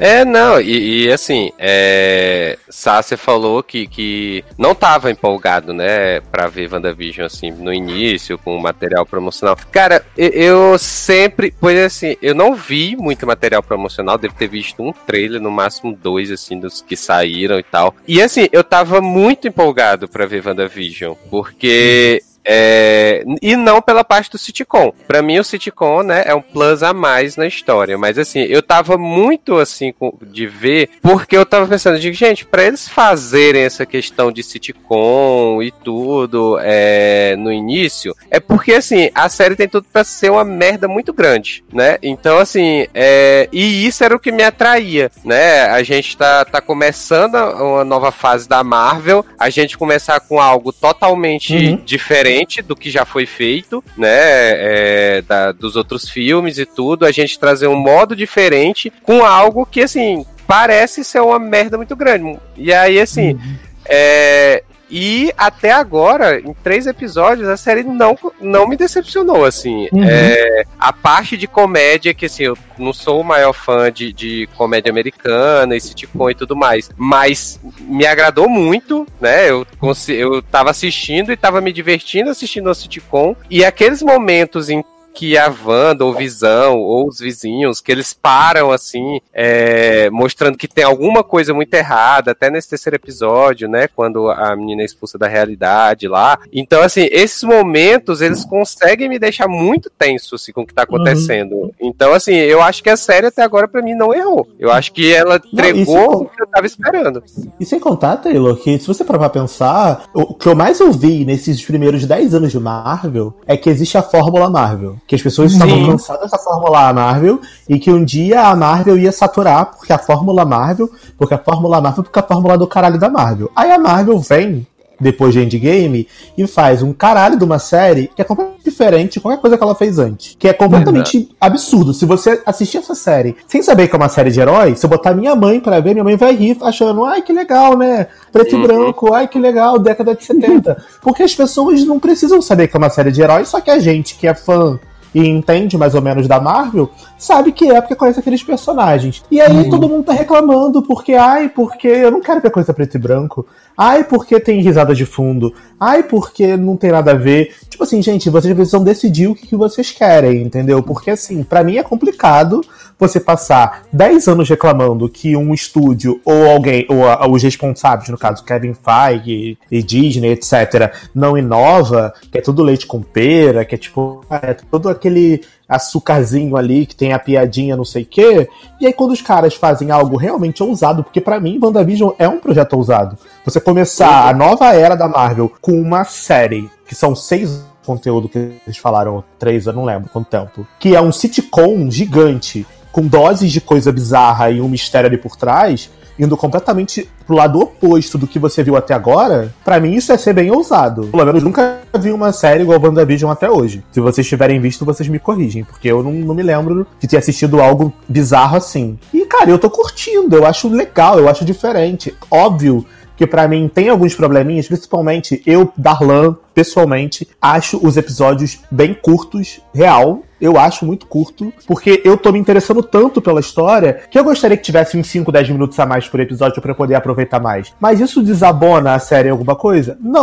E assim, Sácia falou que não tava empolgado, né, pra ver WandaVision, assim, no início, com o material promocional. Cara, eu sempre, pois assim, eu não vi muito material promocional, devo ter visto um trailer, no máximo 2, assim, dos que saíram e tal. E assim, eu tava muito empolgado pra ver WandaVision, porque... e não pela parte do sitcom. Pra mim o sitcom, né, é um plus a mais na história, mas assim, eu tava muito assim de ver, porque eu tava pensando, gente, pra eles fazerem essa questão de sitcom e tudo no início, é porque assim, a série tem tudo pra ser uma merda muito grande, né, então assim, e isso era o que me atraía, né, a gente tá começando uma nova fase da Marvel, a gente começar com algo totalmente diferente do que já foi feito, né, dos outros filmes e tudo, a gente trazer um modo diferente com algo que, assim, parece ser uma merda muito grande. E aí, assim, e até agora, em 3 episódios, a série não me decepcionou, assim. A parte de comédia, que assim, eu não sou o maior fã de comédia americana e sitcom e tudo mais, mas me agradou muito, né? Eu tava assistindo e tava me divertindo assistindo a sitcom, e aqueles momentos em que a Wanda, ou Visão, ou os vizinhos, que eles param, assim, mostrando que tem alguma coisa muito errada, até nesse terceiro episódio, né, quando a menina é expulsa da realidade lá. Então, assim, esses momentos, eles conseguem me deixar muito tenso, assim, com o que tá acontecendo. Então, assim, eu acho que a série até agora, pra mim, não errou. Eu acho que ela entregou o que eu tava esperando. E sem contar, Taylor, que se você parar pra pensar, o que eu mais ouvi nesses primeiros 10 anos de Marvel é que existe a Fórmula Marvel. Que as pessoas estavam cansadas dessa Fórmula Marvel e que um dia a Marvel ia saturar porque a Fórmula Marvel do caralho da Marvel. Aí a Marvel vem, depois de Endgame, e faz um caralho de uma série que é completamente diferente de qualquer coisa que ela fez antes. Que é completamente absurdo. Se você assistir essa série sem saber que é uma série de heróis, se eu botar minha mãe pra ver, minha mãe vai rir achando, ai que legal, né? Preto e branco, ai que legal, década de 70. Porque as pessoas não precisam saber que é uma série de heróis, só que a gente que é fã e entende mais ou menos da Marvel, sabe que é porque conhece aqueles personagens. E aí todo mundo tá reclamando porque eu não quero ver coisa preto e branco. Ai, porque tem risada de fundo. Ai, porque não tem nada a ver. Tipo assim, gente, vocês precisam decidir o que vocês querem, entendeu? Porque assim, pra mim é complicado você passar 10 anos reclamando que um estúdio ou alguém, ou os responsáveis, no caso Kevin Feige e Disney, etc., não inova, que é tudo leite com pera, que é tipo, é todo aquele açucarzinho ali, que tem a piadinha, não sei o quê. E aí quando os caras fazem algo realmente ousado, porque pra mim WandaVision é um projeto ousado. Você começar a nova era da Marvel com uma série, que são 6 conteúdo que eles falaram, 3, eu não lembro quanto tempo, que é um sitcom gigante, com doses de coisa bizarra e um mistério ali por trás, indo completamente pro lado oposto do que você viu até agora, pra mim isso é ser bem ousado. Pelo menos nunca vi uma série igual WandaVision até hoje. Se vocês tiverem visto, vocês me corrigem, porque eu não me lembro de ter assistido algo bizarro assim. E, cara, eu tô curtindo, eu acho legal, eu acho diferente. Óbvio que pra mim tem alguns probleminhas, principalmente eu, Darlan, pessoalmente, acho os episódios bem curtos, real. Eu acho muito curto, porque eu tô me interessando tanto pela história que eu gostaria que tivesse uns 5, 10 minutos a mais por episódio pra eu poder aproveitar mais. Mas isso desabona a série em alguma coisa? Não,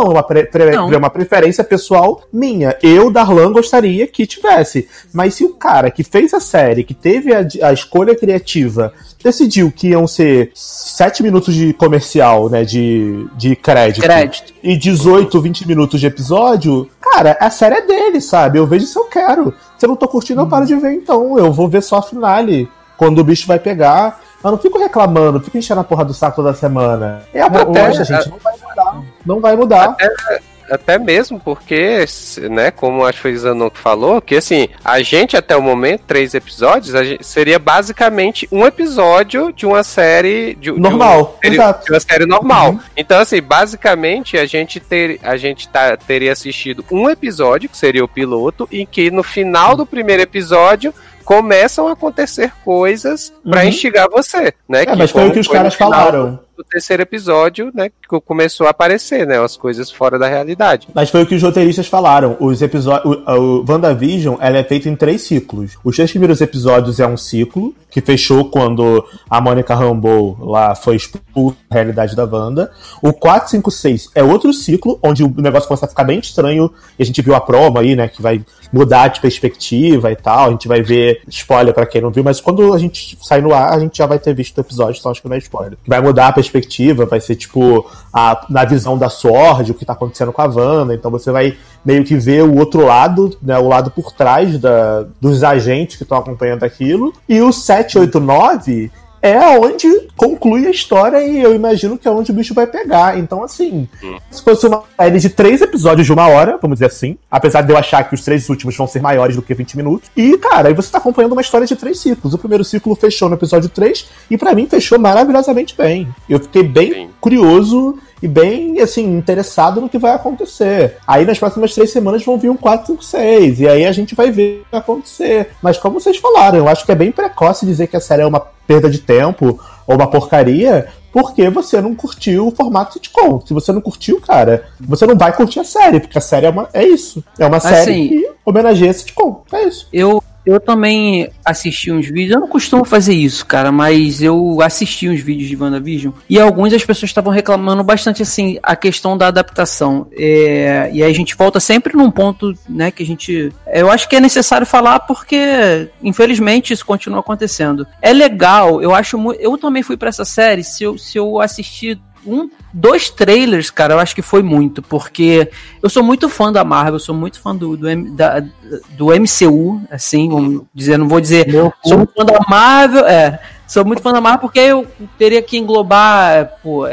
é uma preferência pessoal minha. Eu, Darlan, gostaria que tivesse. Mas se o cara que fez a série, que teve a escolha criativa, decidiu que iam ser 7 minutos de comercial, né, de crédito. E 18, 20 minutos de episódio, cara, a série é dele, sabe? Eu vejo se eu quero. Se eu não tô curtindo, eu paro de ver, então. Eu vou ver só a finale, quando o bicho vai pegar. Eu não fico reclamando, não fico enchendo a porra do saco toda semana. É a proposta, gente. Não vai mudar. Não vai mudar. Até mesmo porque, né, como acho que foi o Zanon que falou, que assim, a gente até o momento, 3 episódios, seria basicamente um episódio de uma série normal, exato. De uma série normal. Então, assim, basicamente a gente teria assistido um episódio, que seria o piloto, em que no final do primeiro episódio começam a acontecer coisas pra instigar você, né? Mas foi o que os caras falaram. No terceiro episódio, né, que começou a aparecer, né, as coisas fora da realidade. Mas foi o que os roteiristas falaram. Os episódios, o WandaVision, ela é feita em 3 ciclos. Os 3 primeiros episódios é um ciclo, que fechou quando a Monica Rambeau lá foi expulsa da realidade da Wanda. O 4, 5, 6 é outro ciclo, onde o negócio começa a ficar bem estranho, e a gente viu a promo aí, né, que vai mudar de perspectiva e tal, a gente vai ver, spoiler pra quem não viu, mas quando a gente sair no ar, a gente já vai ter visto o episódio, então acho que não é spoiler. Vai mudar a perspectiva, vai ser tipo, na visão da SWORD, o que tá acontecendo com a Wanda, então você vai meio que ver o outro lado, né, o lado por trás dos agentes que estão acompanhando aquilo, e o 7, 8, 9... é onde conclui a história e eu imagino que é onde o bicho vai pegar. Então, assim, se fosse uma série de 3 episódios de 1 hora, vamos dizer assim, apesar de eu achar que os 3 últimos vão ser maiores do que 20 minutos, e, cara, aí você tá acompanhando uma história de 3 ciclos. O primeiro ciclo fechou no episódio 3 e pra mim fechou maravilhosamente bem. Eu fiquei bem curioso e bem, assim, interessado no que vai acontecer. Aí nas próximas 3 semanas vão vir um 4, 5, 6, e aí a gente vai ver o que vai acontecer. Mas como vocês falaram, eu acho que é bem precoce dizer que a série é uma perda de tempo ou uma porcaria, porque você não curtiu o formato sitcom. Se você não curtiu, cara, você não vai curtir a série, porque a série é isso. É uma série que homenageia sitcom. É isso. Eu Eu também assisti uns vídeos, eu não costumo fazer isso, cara, mas eu assisti uns vídeos de WandaVision e alguns as pessoas estavam reclamando bastante, assim, a questão da adaptação. E aí a gente volta sempre num ponto, né, que eu acho que é necessário falar porque, infelizmente, isso continua acontecendo. É legal, eu também fui pra essa série, se eu assistir 2 trailers, cara, eu acho que foi muito, porque eu sou muito fã da Marvel, eu sou muito fã do MCU, assim, vamos dizer, não vou dizer, sou muito fã da Marvel, sou muito fã da Marvel porque eu teria que englobar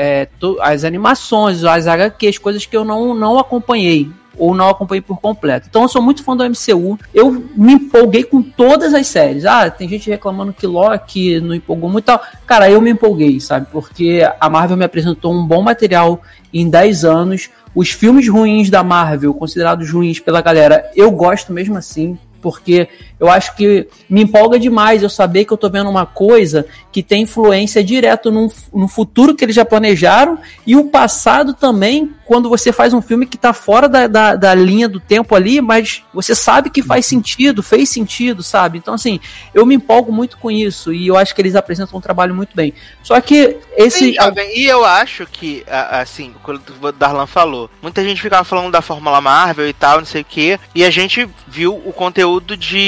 as animações, as HQs, coisas que eu não acompanhei. Ou não acompanhei por completo. Então eu sou muito fã do MCU. Eu me empolguei com todas as séries. Tem gente reclamando que Loki não empolgou muito e tal. Cara, eu me empolguei, sabe? Porque a Marvel me apresentou um bom material em 10 anos. Os filmes ruins da Marvel, considerados ruins pela galera, eu gosto mesmo assim. Porque eu acho que me empolga demais eu saber que eu tô vendo uma coisa que tem influência direto no futuro que eles já planejaram e o passado também, quando você faz um filme que tá fora da linha do tempo ali, mas você sabe que fez sentido, sabe? Então, assim, eu me empolgo muito com isso e eu acho que eles apresentam um trabalho muito bem. Só que Sim, e eu acho que, assim, quando o Darlan falou, muita gente ficava falando da Fórmula Marvel e tal, não sei o que, e a gente viu o conteúdo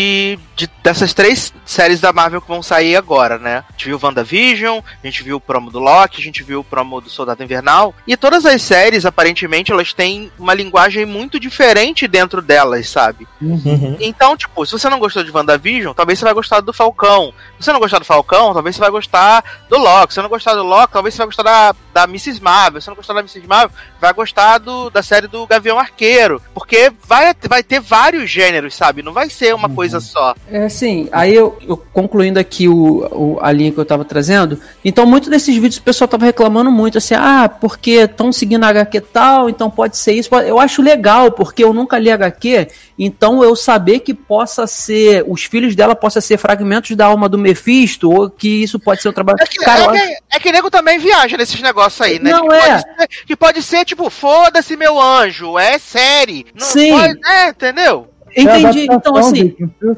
dessas 3 séries da Marvel que vão sair agora, né? A gente viu WandaVision, a gente viu o promo do Loki, a gente viu o promo do Soldado Invernal, e todas as séries, aparentemente, elas têm uma linguagem muito diferente dentro delas, sabe? Uhum. Então, tipo, se você não gostou de WandaVision, talvez você vai gostar do Falcão. Se você não gostar do Falcão, talvez você vai gostar do Loki. Se você não gostar do Loki, talvez você vai gostar da Mrs. Marvel. Se você não gostar da Mrs. Marvel, vai gostar da série do Gavião Arqueiro. Porque vai ter vários gêneros, sabe? Não vai ser uma coisa só. Assim, aí eu concluindo aqui a linha que eu tava trazendo, então muitos desses vídeos o pessoal tava reclamando muito, assim, porque estão seguindo a HQ tal, então pode ser isso. Eu acho legal, porque eu nunca li HQ, então eu saber que possa ser, os filhos dela possa ser fragmentos da alma do Mephisto, ou que isso pode ser um trabalho... É que nego também viaja nesses negócios aí, né? Não, que pode ser, tipo, foda-se meu anjo, é série. Não Sim. Pode, entendeu? Entendi, então assim,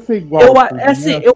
eu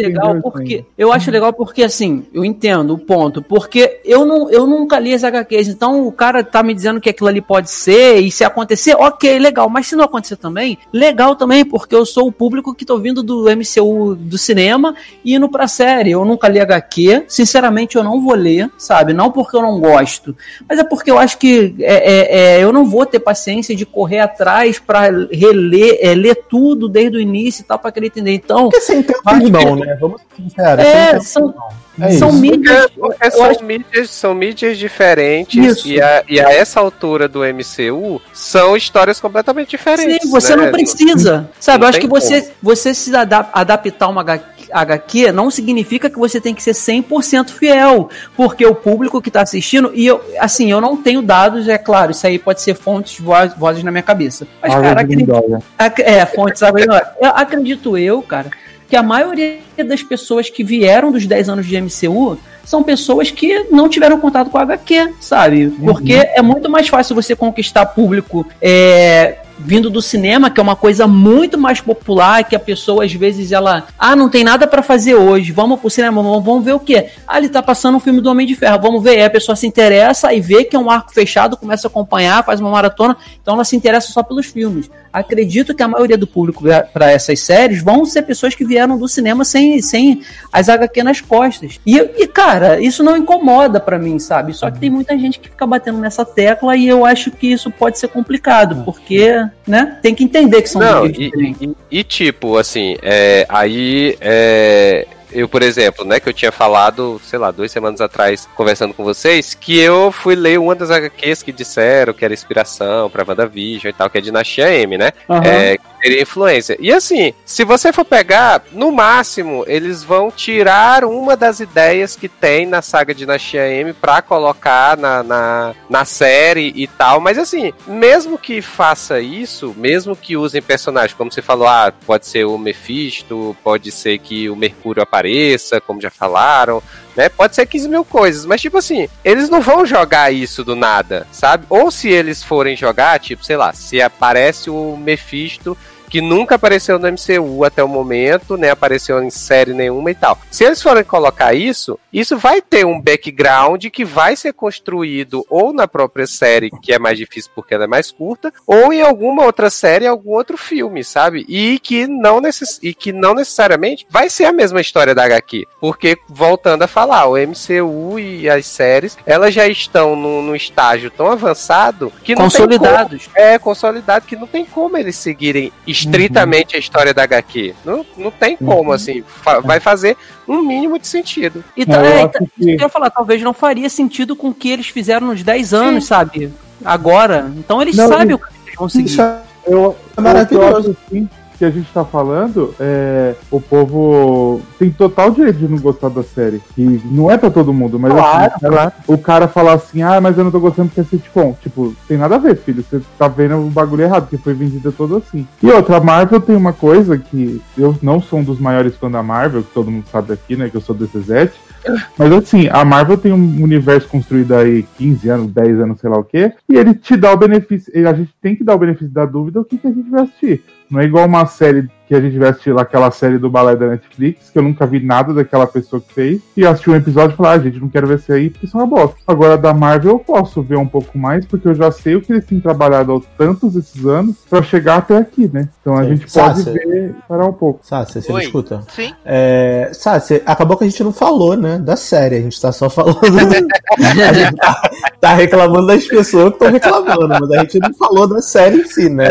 acho legal porque assim, eu entendo o ponto, porque eu nunca li as HQs, então o cara tá me dizendo que aquilo ali pode ser, e se acontecer, ok, legal, mas se não acontecer também, legal também, porque eu sou o público que tô vindo do MCU do cinema e indo pra série, eu nunca li HQ, sinceramente eu não vou ler, sabe, não porque eu não gosto, mas é porque eu acho que eu não vou ter paciência de correr atrás pra ler tudo desde o início e tal, pra querer entender. Então, porque sem tempo não, né? Vamos ser sinceros. São mídias. São mídias diferentes e a essa altura do MCU são histórias completamente diferentes. Sim, você não precisa. Sabe, eu acho que você se adaptar uma HQ não significa que você tem que ser 100% fiel, porque o público que tá assistindo, e eu não tenho dados, é claro, isso aí pode ser fontes, vozes na minha cabeça. Mas, cara, fontes, acredito cara, que a maioria das pessoas que vieram dos 10 anos de MCU são pessoas que não tiveram contato com a HQ, sabe? Porque é muito mais fácil você conquistar público vindo do cinema, que é uma coisa muito mais popular, que a pessoa às vezes ela, não tem nada pra fazer hoje, vamos pro cinema, vamos ver o quê? Ele tá passando um filme do Homem de Ferro, vamos ver, aí a pessoa se interessa e vê que é um arco fechado, começa a acompanhar, faz uma maratona, então ela se interessa só pelos filmes. Acredito que a maioria do público para essas séries vão ser pessoas que vieram do cinema sem as HQ nas costas. E, cara, isso não incomoda pra mim, sabe? Só que tem muita gente que fica batendo nessa tecla e eu acho que isso pode ser complicado, porque, né, tem que entender que são diferentes. E tipo, assim, eu, por exemplo, né, que eu tinha falado, sei lá, 2 semanas atrás, conversando com vocês, que eu fui ler uma das HQs que disseram que era inspiração pra WandaVision e tal, que é Dinastia M, né? Uhum. Que teria influência. E assim, se você for pegar, no máximo, eles vão tirar uma das ideias que tem na saga Dinastia M pra colocar na série e tal, mas assim, mesmo que faça isso, mesmo que usem personagens, como você falou, pode ser o Mephisto, pode ser que o Mercúrio apareça, como já falaram, né? Pode ser 15 mil coisas, mas tipo assim, eles não vão jogar isso do nada, sabe? Ou se eles forem jogar, tipo, sei lá, se aparece o Mephisto que nunca apareceu no MCU até o momento, nem apareceu em série nenhuma e tal. Se eles forem colocar isso vai ter um background que vai ser construído ou na própria série, que é mais difícil porque ela é mais curta, ou em alguma outra série, algum outro filme, sabe? E que não necessariamente vai ser a mesma história da HQ. Porque, voltando a falar, o MCU e as séries, elas já estão num estágio tão avançado que não consolidados. Consolidado, que não tem como eles seguirem estritamente a história da HQ. Não tem como, assim. Vai fazer um mínimo de sentido. Eu ia falar, talvez não faria sentido com o que eles fizeram nos 10 anos, sabe? Agora. Então eles sabem o que eles vão seguir. Eu acho assim, que a gente tá falando, o povo tem total direito de não gostar da série. Que não é pra todo mundo, mas assim, o cara falar assim, mas eu não tô gostando porque é sitcom. Tipo, tem nada a ver, filho. Você tá vendo o bagulho errado, porque foi vendida toda assim. E outra, a Marvel tem uma coisa que eu não sou um dos maiores fãs da Marvel, que todo mundo sabe aqui, né, que eu sou do DCZ. Mas assim, a Marvel tem um universo construído aí 15 anos, 10 anos, sei lá o quê, e ele te dá o benefício, a gente tem que dar o benefício da dúvida o que a gente vai assistir. Não é igual uma série que a gente vai assistir lá, aquela série do balé da Netflix, que eu nunca vi nada daquela pessoa que fez, e assisti um episódio e falar, gente, não quero ver esse aí, porque isso é uma bosta. Agora, da Marvel, eu posso ver um pouco mais, porque eu já sei o que eles têm trabalhado há tantos esses anos pra chegar até aqui, né? Então a gente pode ver, parar um pouco. Sácia, você me escuta? Sim. Sácia, acabou que a gente não falou, né, da série, a gente tá só falando... a gente tá reclamando das pessoas que estão reclamando, mas a gente não falou da série em si, né?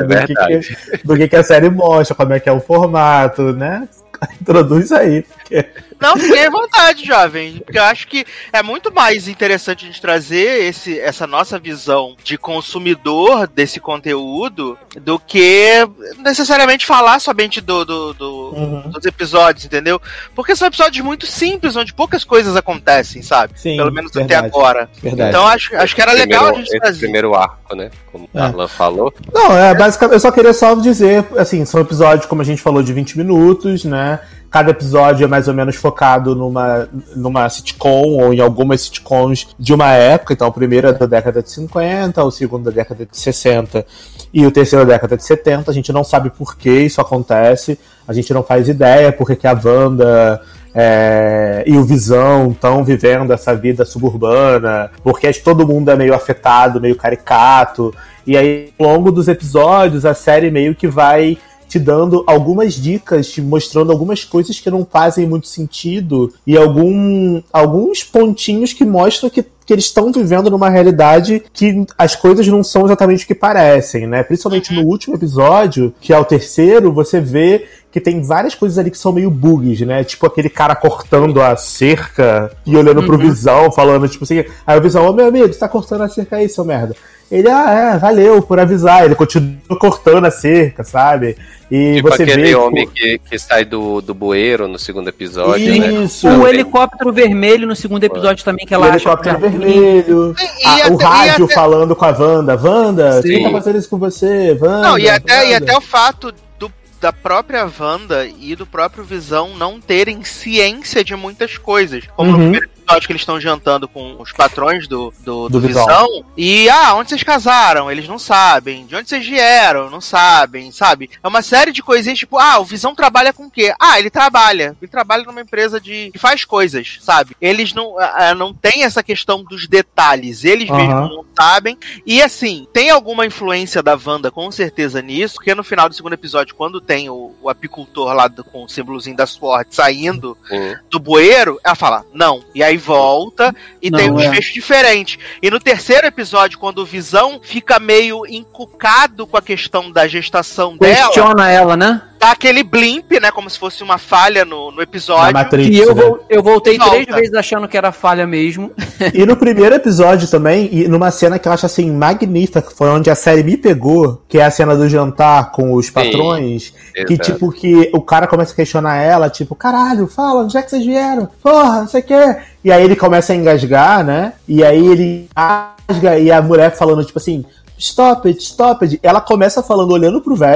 Do que a série mostra, como é que é o formato, né? Introduz aí. Porque... Não, fiquei à vontade, jovem. Porque eu acho que é muito mais interessante a gente trazer essa nossa visão de consumidor desse conteúdo do que necessariamente falar somente dos episódios, entendeu? Porque são episódios muito simples, onde poucas coisas acontecem, sabe? Sim, pelo menos verdade, até agora. Verdade. Então acho que era legal a gente trazer. Primeiro arco, né? Como o Alan falou. Não, basicamente, eu só queria só dizer, assim, são episódios, como a gente falou, de 20 minutos, né? Cada episódio é mais ou menos focado numa sitcom ou em algumas sitcoms de uma época. Então, o primeiro é da década de 50, o segundo da década de 60 e o terceiro da década de 70. A gente não sabe por que isso acontece, a gente não faz ideia porque que a Wanda e o Visão estão vivendo essa vida suburbana, porque todo mundo é meio afetado, meio caricato. E aí, ao longo dos episódios, a série meio que vai te dando algumas dicas, te mostrando algumas coisas que não fazem muito sentido e alguns pontinhos que mostram que eles estão vivendo numa realidade que as coisas não são exatamente o que parecem, né? Principalmente no último episódio, que é o terceiro, você vê que tem várias coisas ali que são meio bugs, né? Tipo aquele cara cortando a cerca e olhando pro Visão, falando tipo assim, aí o Visão, meu amigo, você tá cortando a cerca aí, seu merda. Ele, valeu por avisar. Ele continua cortando a cerca, sabe? E tipo você aquele vê, homem que sai do bueiro no segundo episódio, isso, né? O helicóptero vermelho no segundo episódio também, que ela acha. O helicóptero vermelho. O rádio falando com a Wanda. Wanda, quem tá fazendo isso com você? Wanda, não, e até o fato da própria Wanda e do próprio Visão não terem ciência de muitas coisas. Como no primeiro episódio que eles estão jantando com os patrões do Visão. E, onde vocês casaram? Eles não sabem. De onde vocês vieram? Não sabem, sabe? É uma série de coisinhas, tipo, o Visão trabalha com o quê? Ele trabalha. Ele trabalha numa empresa que faz coisas, sabe? Eles não têm essa questão dos detalhes. Eles mesmos não sabem. E, assim, tem alguma influência da Wanda, com certeza, nisso, porque no final do segundo episódio, quando tem o apicultor lá com o símbolozinho da SWORD saindo do bueiro, ela fala, não. E aí volta e tem um desfecho diferente. E no terceiro episódio, quando o Visão fica meio encucado com a questão da gestação dela... Questiona ela, né? Dá aquele blimp, né? Como se fosse uma falha no episódio. Matrix, e eu voltei 3 vezes achando que era falha mesmo. E no primeiro episódio também, e numa cena que eu acho assim magnífica, que foi onde a série me pegou, que é a cena do jantar com os patrões, que tipo, que o cara começa a questionar ela, tipo, caralho, fala, onde é que vocês vieram? Porra, não sei o que. E aí ele começa a engasgar, né? E aí ele engasga e a mulher falando, tipo assim, stop it. Ela começa falando, olhando pro velho,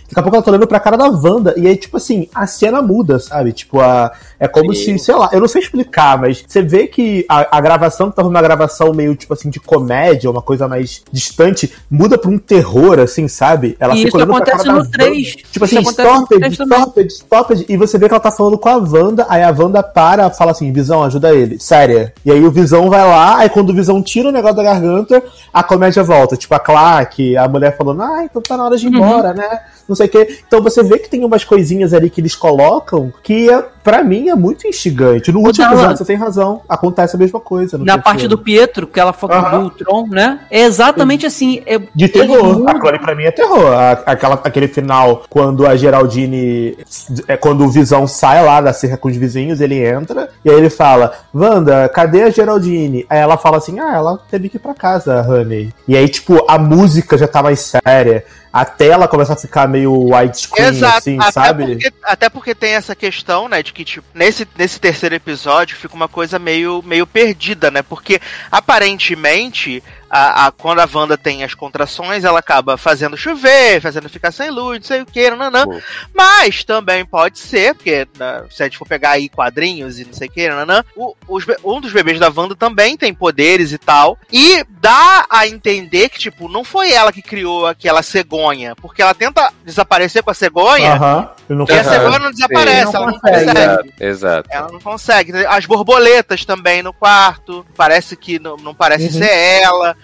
Daqui a pouco ela tá olhando pra cara da Wanda, e aí, tipo assim, a cena muda, sabe? Tipo, é como se, sei lá, eu não sei explicar, mas você vê que a gravação, que tava uma gravação meio, tipo assim, de comédia, uma coisa mais distante, muda pra um terror, assim, sabe? Ela E fica isso olhando pra cara acontece da no Wanda. 3. Tipo Isso assim, acontece no 3 também. stop, e você vê que ela tá falando com a Wanda, aí a Wanda fala assim, Visão, ajuda ele, séria. E aí o Visão vai lá, aí quando o Visão tira o negócio da garganta, a comédia volta. Tipo, a Clark, a mulher falando, então tá na hora de ir embora, né? Não sei o quê. Então você vê que tem umas coisinhas ali que eles colocam que, pra mim, é muito instigante. No último episódio, você tem razão, acontece a mesma coisa. Na parte do Pietro, que ela falou do Ultron, né? É exatamente assim. De terror. Aquilo ali pra mim é terror. Aquele final, quando a Geraldine... Quando o Visão sai lá da cerca com os vizinhos, ele entra, e aí ele fala, Wanda, cadê a Geraldine? Aí ela fala assim, ela teve que ir pra casa, honey. E aí, tipo, a música já tá mais séria. A tela começa a ficar meio widescreen, assim, sabe? Até porque tem essa questão, né, de que, tipo, nesse terceiro episódio fica uma coisa meio perdida, né? Porque, aparentemente, quando a Wanda tem as contrações, ela acaba fazendo chover, fazendo ficar sem luz, não sei o que, nananã. Mas também pode ser, porque se a gente for pegar aí quadrinhos e não sei o que, nananã, um dos bebês da Wanda também tem poderes e tal. E dá a entender que, tipo, não foi ela que criou aquela cegonha, porque ela tenta desaparecer com a cegonha, e a cegonha não desaparece, ela não consegue. Exato. Ela não consegue. As borboletas também no quarto, parece que não parece ser ela.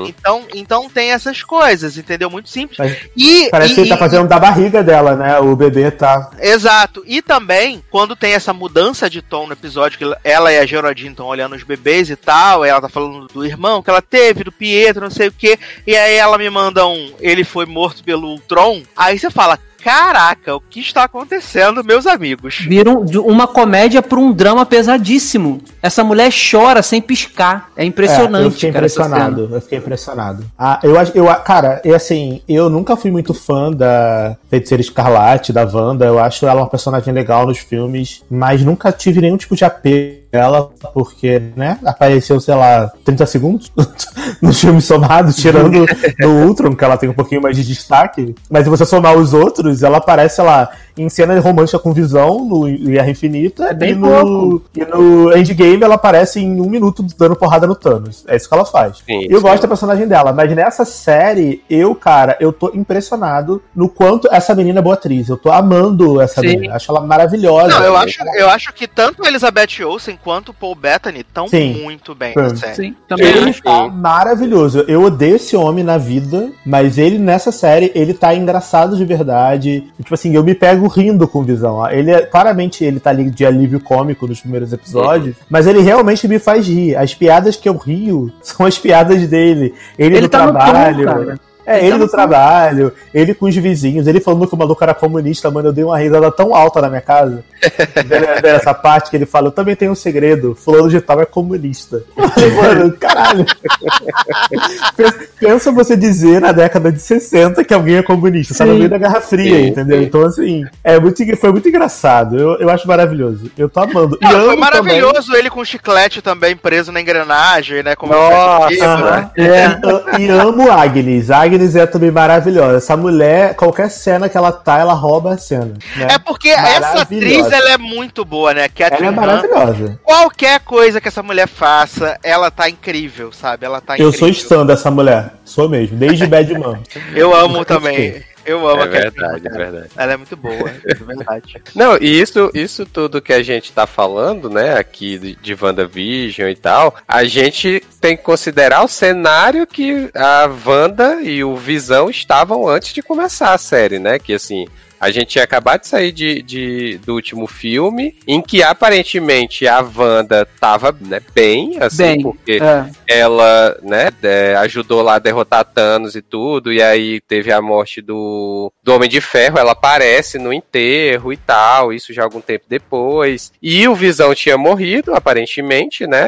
Então tem essas coisas, entendeu? Muito simples. Parece que ele tá fazendo da barriga dela, né? O bebê tá... Exato. E também, quando tem essa mudança de tom no episódio, que ela e a Geraldine estão olhando os bebês e tal, e ela tá falando do irmão que ela teve, do Pietro, não sei o que, e aí ela me manda ele foi morto pelo Ultron, aí você fala, caraca, o que está acontecendo, meus amigos? Viram uma comédia pra um drama pesadíssimo. Essa mulher chora sem piscar. É impressionante. Eu fiquei impressionado. Cara, assim, eu nunca fui muito fã da Feiticeira Escarlate, da Wanda. Eu acho ela uma personagem legal nos filmes, mas nunca tive nenhum tipo de apego ela, porque, né, apareceu, sei lá, 30 segundos nos filmes somados, tirando do Ultron, que ela tem um pouquinho mais de destaque. Mas se você somar os outros, ela aparece, sei lá, em cena romântica com Visão, no Guerra Infinita, e no Endgame ela aparece em 1 minuto dando porrada no Thanos. É isso que ela faz. Eu gosto da personagem dela, mas nessa série, eu tô impressionado no quanto essa menina é boa atriz. Eu tô amando essa menina. Acho ela maravilhosa. Não, eu acho que tanto a Elizabeth Olsen quanto o Paul Bettany estão muito bem na série. Sim, também ele está maravilhoso. Eu odeio esse homem na vida, mas ele nessa série, ele tá engraçado de verdade. Tipo assim, eu me pego rindo com Visão. Claramente ele tá ali de alívio cômico nos primeiros episódios, mas ele realmente me faz rir. As piadas que eu rio são as piadas dele. Ele no tá trabalho. No tom, cara. Ele no trabalho, ele com os vizinhos, ele falando que o maluco era comunista, mano, eu dei uma risada tão alta na minha casa. Dessa parte que ele fala, eu também tenho um segredo, fulano de tal é comunista. Mano, caralho. Pensa você dizer na década de 60 que alguém é comunista, tá no meio da Guerra Fria, entendeu? Então, assim, foi muito engraçado, eu acho maravilhoso. Eu tô amando. Foi maravilhoso também. Ele com chiclete também preso na engrenagem, né? Como e amo Agnes. Agnes é também maravilhosa. Essa mulher, qualquer cena que ela tá, ela rouba a cena. Né? É porque essa atriz, ela é muito boa, né? Ela é maravilhosa. Qualquer coisa que essa mulher faça, ela tá incrível, sabe? Ela tá incrível. Eu sou stan dessa mulher. Sou mesmo. Desde Bad Man. Eu amo também. Eu amo a verdade, é verdade. Ela é muito boa, é verdade. Não, e isso tudo que a gente tá falando, né, aqui de WandaVision e tal, a gente tem que considerar o cenário que a Wanda e o Visão estavam antes de começar a série, né, que assim... A gente tinha acabado de sair do último filme, em que aparentemente a Wanda tava, né, bem, assim, porque ela, né, ajudou lá a derrotar Thanos e tudo, e aí teve a morte do Homem de Ferro, ela aparece no enterro e tal, isso já algum tempo depois. E o Visão tinha morrido, aparentemente, né,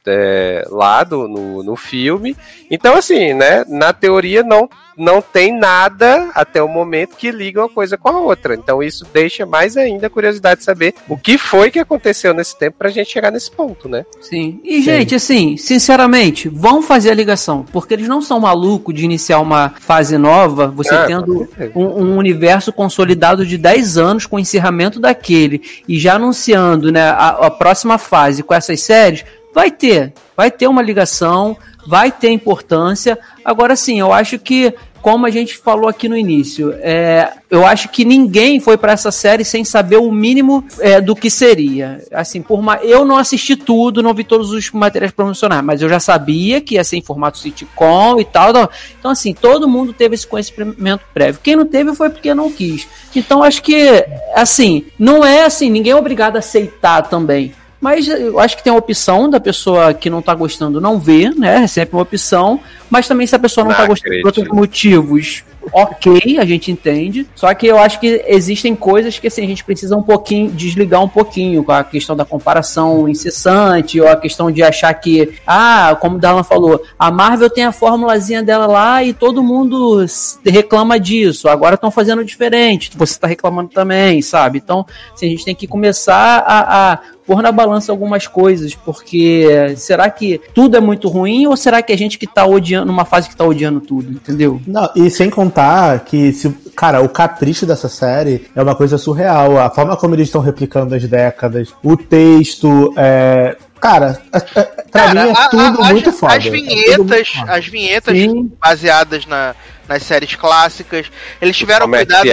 lá no filme. Então, assim, né, na teoria não tem nada até o momento que liga uma coisa com a outra. Então isso deixa mais ainda a curiosidade de saber o que foi que aconteceu nesse tempo pra gente chegar nesse ponto, né? Sim. E, gente, assim, sinceramente, vão fazer a ligação, porque eles não são malucos de iniciar uma fase nova, você tendo um universo consolidado de 10 anos com o encerramento daquele, e já anunciando, né, a próxima fase com essas séries, vai ter uma ligação, vai ter importância. Agora sim, eu acho que, como a gente falou aqui no início, eu acho que ninguém foi para essa série sem saber o mínimo do que seria. Assim, eu não assisti tudo, não vi todos os materiais promocionais, mas eu já sabia que ia ser em formato sitcom e tal. Então, assim, todo mundo teve esse conhecimento prévio. Quem não teve foi porque não quis. Então, acho que, assim, não é assim, ninguém é obrigado a aceitar também. Mas eu acho que tem a opção da pessoa que não tá gostando não ver, né? É sempre uma opção. Mas também se a pessoa não tá gostando por outros motivos, ok, a gente entende. Só que eu acho que existem coisas que assim, a gente precisa desligar um pouquinho com a questão da comparação incessante, ou a questão de achar que, como o Darlan falou, a Marvel tem a formulazinha dela lá e todo mundo reclama disso. Agora estão fazendo diferente, você tá reclamando também, sabe? Então, assim, a gente tem que começar a pôr na balança algumas coisas, porque será que tudo é muito ruim ou será que a gente que tá odiando, numa fase que tá odiando tudo, entendeu? Não, e sem contar que, cara, o capricho dessa série é uma coisa surreal, a forma como eles estão replicando as décadas, o texto, cara, pra mim é tudo muito foda. As vinhetas baseadas nas séries clássicas, eles tiveram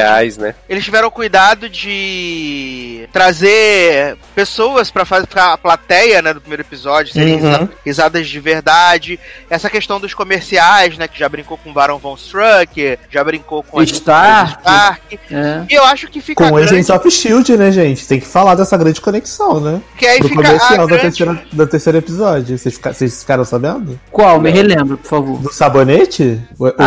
cuidado de trazer pessoas pra ficar a plateia, né, do primeiro episódio, serem risadas de verdade. Essa questão dos comerciais, né, que já brincou com o Baron Von Struck, já brincou com Stark. E eu acho que fica com o Agents of S.H.I.E.L.D., né, gente? Tem que falar dessa grande conexão, né? Que aí pro fica comercial do terceiro episódio. Vocês ficaram sabendo? Qual? Me relembra, por favor. Do sabonete?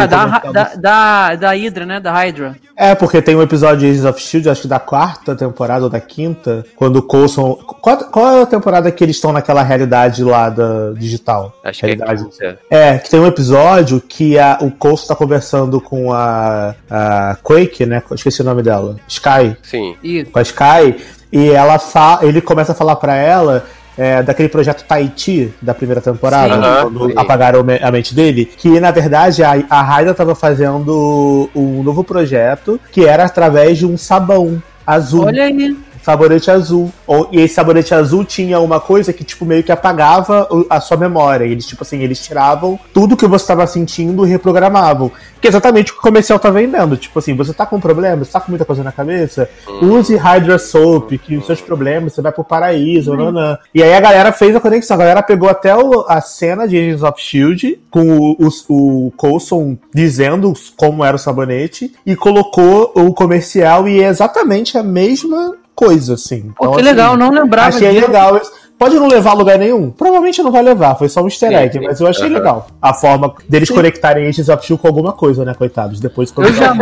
Da Hydra, né? Da Hydra. Porque tem um episódio de Agents of S.H.I.E.L.D., acho que da 4ª temporada ou da 5ª, quando o Coulson... Qual é a temporada que eles estão naquela realidade lá da digital? Acho que que tem um episódio que o Coulson tá conversando com a Quake, né? Esqueci o nome dela. Sky. Sim. Com a Sky. E ele começa a falar pra ela... daquele projeto Tahiti da primeira temporada, quando apagaram a mente dele, que na verdade a Raida tava fazendo um novo projeto que era através de um sabão azul. Olha aí. Sabonete azul. E esse sabonete azul tinha uma coisa que, tipo, meio que apagava a sua memória. Eles, tipo assim, eles tiravam tudo que você estava sentindo e reprogramavam. Que é exatamente o que o comercial tá vendendo. Tipo assim, você tá com problema, você tá com muita coisa na cabeça, use Hydra Soap, que os seus problemas, você vai pro paraíso, nanã. E aí a galera fez a conexão. A galera pegou até a cena de Agents of S.H.I.E.L.D. com o Coulson dizendo como era o sabonete e colocou o comercial e é exatamente a mesma coisa, assim. Então, que legal, não lembrava. Achei legal. Pode não levar a lugar nenhum? Provavelmente não vai levar, foi só um easter egg, mas eu achei legal a forma deles conectarem Agents of S.H.I.E.L.D. com alguma coisa, né, coitados? Depois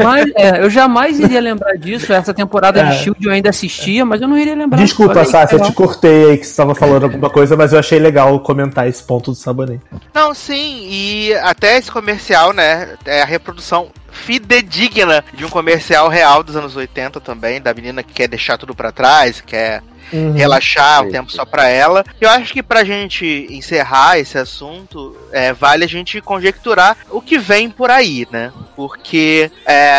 eu jamais iria lembrar disso. Essa temporada de S.H.I.E.L.D. eu ainda assistia, mas eu não iria lembrar. Desculpa, Sassi, eu te cortei aí que você estava falando alguma coisa, mas eu achei legal comentar esse ponto do sabonete. Não, sim, e até esse comercial, né, é a reprodução fidedigna de um comercial real dos anos 80 também, da menina que quer deixar tudo pra trás, quer relaxar um tempo só pra ela. Eu acho que pra gente encerrar esse assunto, vale a gente conjecturar o que vem por aí, né? Porque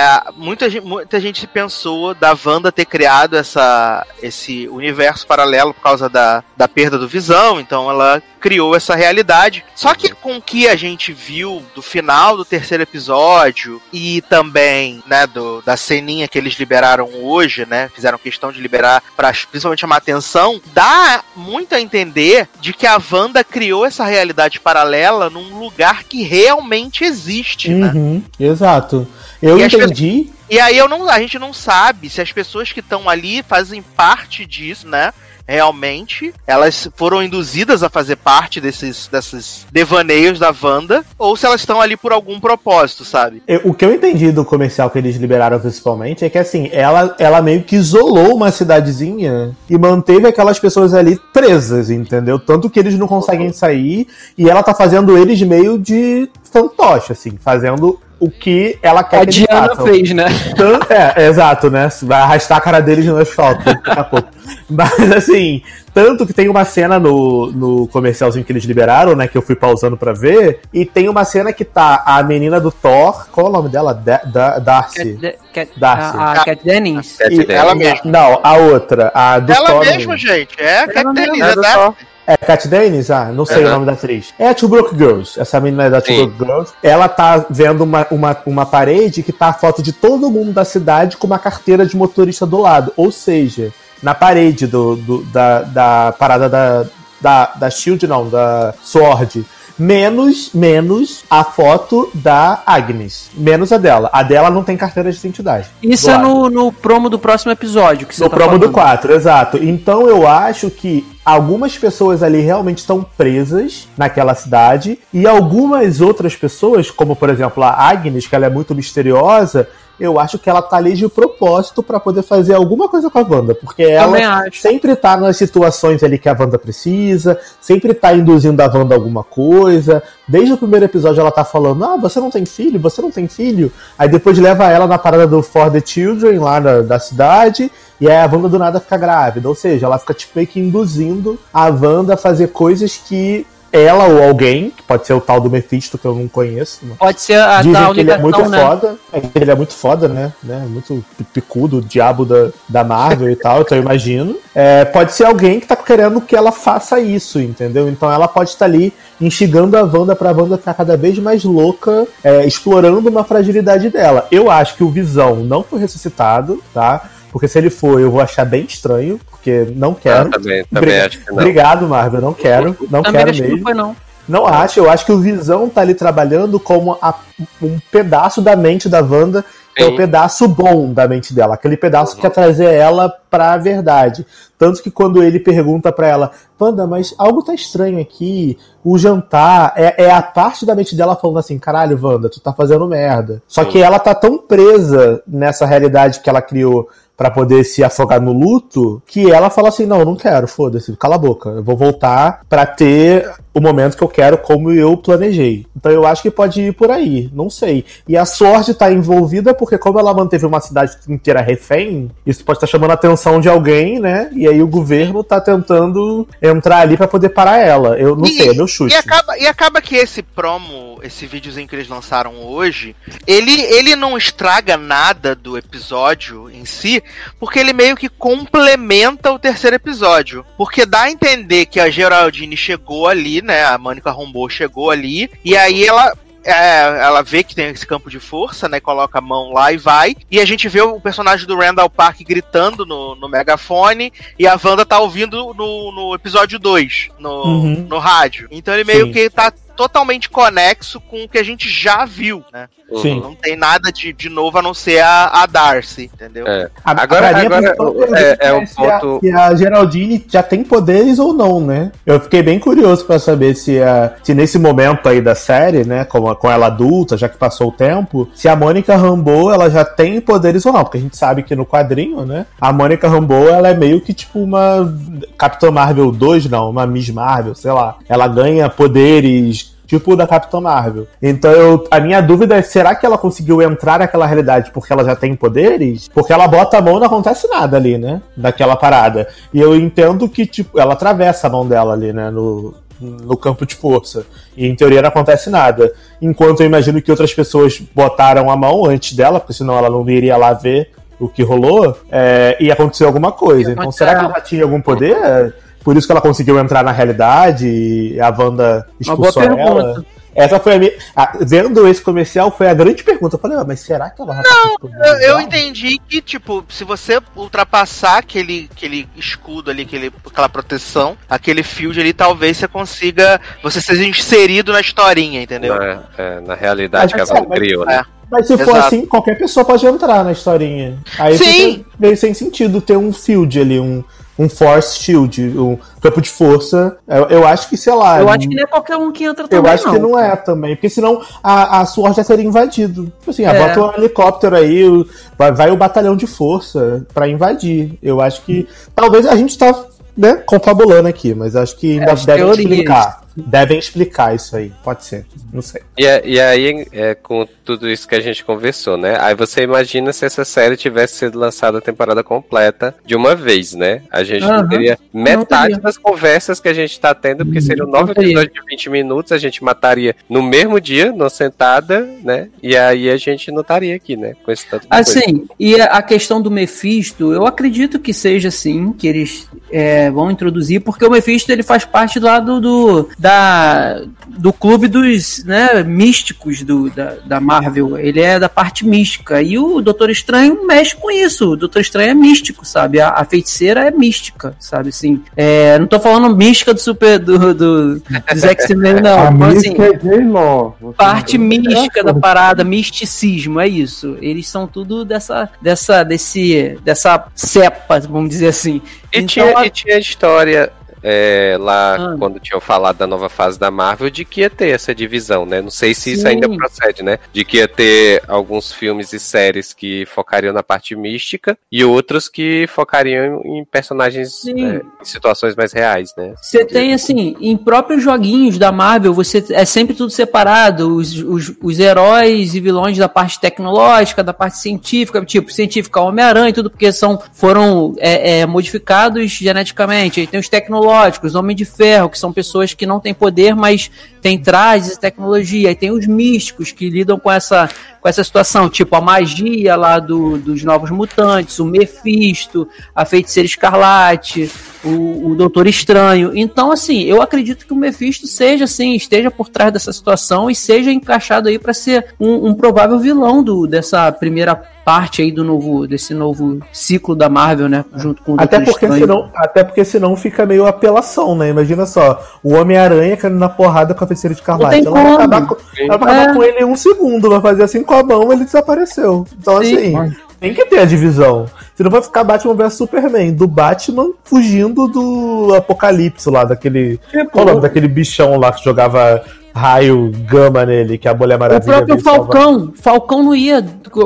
muita gente pensou da Wanda ter criado esse universo paralelo por causa da perda do Visão, então ela criou essa realidade. Só que com o que a gente viu do final do terceiro episódio e também, né, da ceninha que eles liberaram hoje, né, fizeram questão de liberar pra principalmente chamar atenção, dá muito a entender de que a Wanda criou essa realidade paralela num lugar que realmente existe, né? Exato. Eu entendi. E aí a gente não sabe se as pessoas que estão ali fazem parte disso, né? realmente elas foram induzidas a fazer parte desses devaneios da Wanda, ou se elas estão ali por algum propósito, sabe? O que eu entendi do comercial que eles liberaram principalmente é que, assim, ela meio que isolou uma cidadezinha e manteve aquelas pessoas ali presas, entendeu? Tanto que eles não conseguem sair e ela tá fazendo eles meio de fantoche, assim, fazendo o que ela quer que eles façam. A Diana fez, né? Exato, né? Vai arrastar a cara deles no asfalto daqui a pouco. Mas, assim, tanto que tem uma cena no comercialzinho que eles liberaram, né? Que eu fui pausando pra ver. E tem uma cena que tá a menina do Thor. Qual é o nome dela? Darcy. Darcy. A Kat Dennings. Ela mesma. Não, a outra. A do ela Thor. Ela mesma, gente. É a Kat Dennings. É Kat Dennings? Não sei o nome da atriz. É a Two Broke Girls. Essa menina é da Two Broke Girls. Ela tá vendo uma parede que tá a foto de todo mundo da cidade com uma carteira de motorista do lado. Ou seja, na parede da parada da Shield, não, da Sword. Menos a foto da Agnes. Menos a dela. A dela não tem carteira de identidade. Isso é no promo do próximo episódio. Que você no tá promo falando. do 4, exato. Então eu acho que algumas pessoas ali realmente estão presas naquela cidade. E algumas outras pessoas, como por exemplo a Agnes, que ela é muito misteriosa, eu acho que ela tá ali de propósito pra poder fazer alguma coisa com a Wanda, porque ela sempre tá nas situações ali que a Wanda precisa, sempre tá induzindo a Wanda a alguma coisa. Desde o primeiro episódio ela tá falando, você não tem filho, você não tem filho. Aí depois leva ela na parada do For the Children, lá da cidade, e aí a Wanda do nada fica grávida. Ou seja, ela fica tipo meio que induzindo a Wanda a fazer coisas que ela ou alguém, que pode ser o tal do Mephisto, que eu não conheço. Pode ser a dizem da que ele é muito né? foda. Ele é muito foda, né? Muito picudo, o diabo da Marvel e tal, então eu imagino. Pode ser alguém que tá querendo que ela faça isso, entendeu? Então ela pode estar ali instigando a Wanda pra Wanda ficar cada vez mais louca, explorando uma fragilidade dela. Eu acho que o Visão não foi ressuscitado, tá? Porque se ele for, eu vou achar bem estranho, porque não quero. Também acho que não. Obrigado, Marvel, não quero. Não também quero acho mesmo. Que não foi, não. Não acho, eu acho que o Visão tá ali trabalhando como um pedaço da mente da Wanda, que é o pedaço bom da mente dela, aquele pedaço que quer trazer ela pra verdade. Tanto que quando ele pergunta pra ela, Wanda, mas algo tá estranho aqui, o jantar, é a parte da mente dela falando assim, caralho, Wanda, tu tá fazendo merda. Só que ela tá tão presa nessa realidade que ela criou pra poder se afogar no luto, que ela fala assim, não, eu não quero, foda-se, cala a boca, eu vou voltar pra ter o momento que eu quero como eu planejei. Então eu acho que pode ir por aí, não sei. E a Sword tá envolvida porque como ela manteve uma cidade inteira refém, isso pode estar chamando a atenção de alguém, né? E aí o governo tá tentando entrar ali pra poder parar ela. Eu não sei, é meu chute. E acaba que esse videozinho que eles lançaram hoje, ele não estraga nada do episódio em si, porque ele meio que complementa o terceiro episódio. Porque dá a entender que a Geraldine chegou ali, né? A Monica Rambeau chegou ali, e aí ela vê que tem esse campo de força, né? Coloca a mão lá e vai. E a gente vê o personagem do Randall Park gritando no megafone. E a Wanda tá ouvindo no episódio 2, no rádio. Então ele meio que tá totalmente conexo com o que a gente já viu, né? Sim. Não tem nada de novo a não ser a Darcy, entendeu? Agora é um ponto... Se a Geraldine já tem poderes ou não, né? Eu fiquei bem curioso pra saber se nesse momento aí da série, né, com ela adulta, já que passou o tempo, se a Monica Rambeau, ela já tem poderes ou não, porque a gente sabe que no quadrinho, né, a Monica Rambeau, ela é meio que tipo uma Capitã Marvel 2, não, uma Miss Marvel, sei lá. Ela ganha poderes tipo da Capitã Marvel. Então a minha dúvida é, será que ela conseguiu entrar naquela realidade porque ela já tem poderes? Porque ela bota a mão e não acontece nada ali, né? Daquela parada. E eu entendo que, tipo, ela atravessa a mão dela ali, né? No campo de força. E em teoria não acontece nada. Enquanto eu imagino que outras pessoas botaram a mão antes dela, porque senão ela não iria lá ver o que rolou, e aconteceu alguma coisa. Então será que ela tinha algum poder? Por isso que ela conseguiu entrar na realidade e a Wanda expulsou ela? Essa foi a minha... vendo esse comercial, foi a grande pergunta. Eu falei, mas será que ela... Não, eu entendi que, tipo, se você ultrapassar aquele escudo ali, aquela proteção, aquele field ali, talvez você consiga... Você seja inserido na historinha, entendeu? Na realidade que a Wanda criou, né? Mas se for assim, qualquer pessoa pode entrar na historinha. Aí fica meio sem sentido ter um field ali, um um Force Shield, um campo de força. Eu acho que, sei lá... Eu acho que não é qualquer um que entra também, eu acho que não é também, porque senão a SWORD já seria invadido. Tipo assim, bota um helicóptero aí, vai o batalhão de ainda pra invadir. Eu acho que talvez a gente tá, né, confabulando aqui, mas acho que ainda devem explicar. Devem explicar isso aí, pode ser, não sei. E aí, com tudo isso que a gente conversou, né? Aí você imagina se essa série tivesse sido lançada a temporada completa de uma vez, né? A gente não teria metade das conversas que a gente tá tendo, porque seriam 9 episódios de 20 minutos, a gente mataria no mesmo dia, numa sentada, né? E aí a gente não estaria aqui, né? Com esse tanto de assim, coisa. E a questão do Mephisto, eu acredito que seja assim, que eles vão introduzir, porque o Mephisto ele faz parte lá do clube dos, né, místicos da Marvel. Ele é da parte mística. E o Doutor Estranho mexe com isso. O Doutor Estranho é místico, sabe? A feiticeira é mística, sabe? Assim, não tô falando mística dos X-Men, não. A mística é J-Law. Parte mística da parada, misticismo, é isso. Eles são tudo dessa cepa, vamos dizer assim. E tinha a história... lá quando tinham falado da nova fase da Marvel, de que ia ter essa divisão, né? Não sei se isso ainda procede, né? De que ia ter alguns filmes e séries que focariam na parte mística e outros que focariam em personagens em situações mais reais, né? Você tem, assim, em próprios joguinhos da Marvel, você é sempre tudo separado, os heróis e vilões da parte tecnológica, da parte científica, tipo, científica, Homem-Aranha e tudo, porque foram modificados geneticamente. Aí tem os tecnológicos, Homem de Ferro, que são pessoas que não têm poder, mas têm trajes e tecnologia. Aí tem os místicos que lidam com essa situação, tipo a magia lá dos Novos Mutantes, o Mephisto, a Feiticeira Escarlate, o Doutor Estranho. Então, assim, eu acredito que o Mephisto esteja por trás dessa situação e seja encaixado aí para ser um provável vilão dessa primeira parte aí desse novo ciclo da Marvel, né? Junto com o Doutor Estranho. Até porque senão fica meio apelação, né? Imagina só, o Homem-Aranha caindo na porrada com a Feiticeira Escarlate. Ela vai acabar com ele em um segundo, vai fazer assim com a mão, ele desapareceu. Então, assim, tem que ter a divisão. Senão vai ficar Batman vs Superman, do Batman fugindo do Apocalipse lá, daquele... Qual é o nome daquele bichão lá que jogava raio gama nele, que a Mulher Maravilha... O próprio Falcão não ia...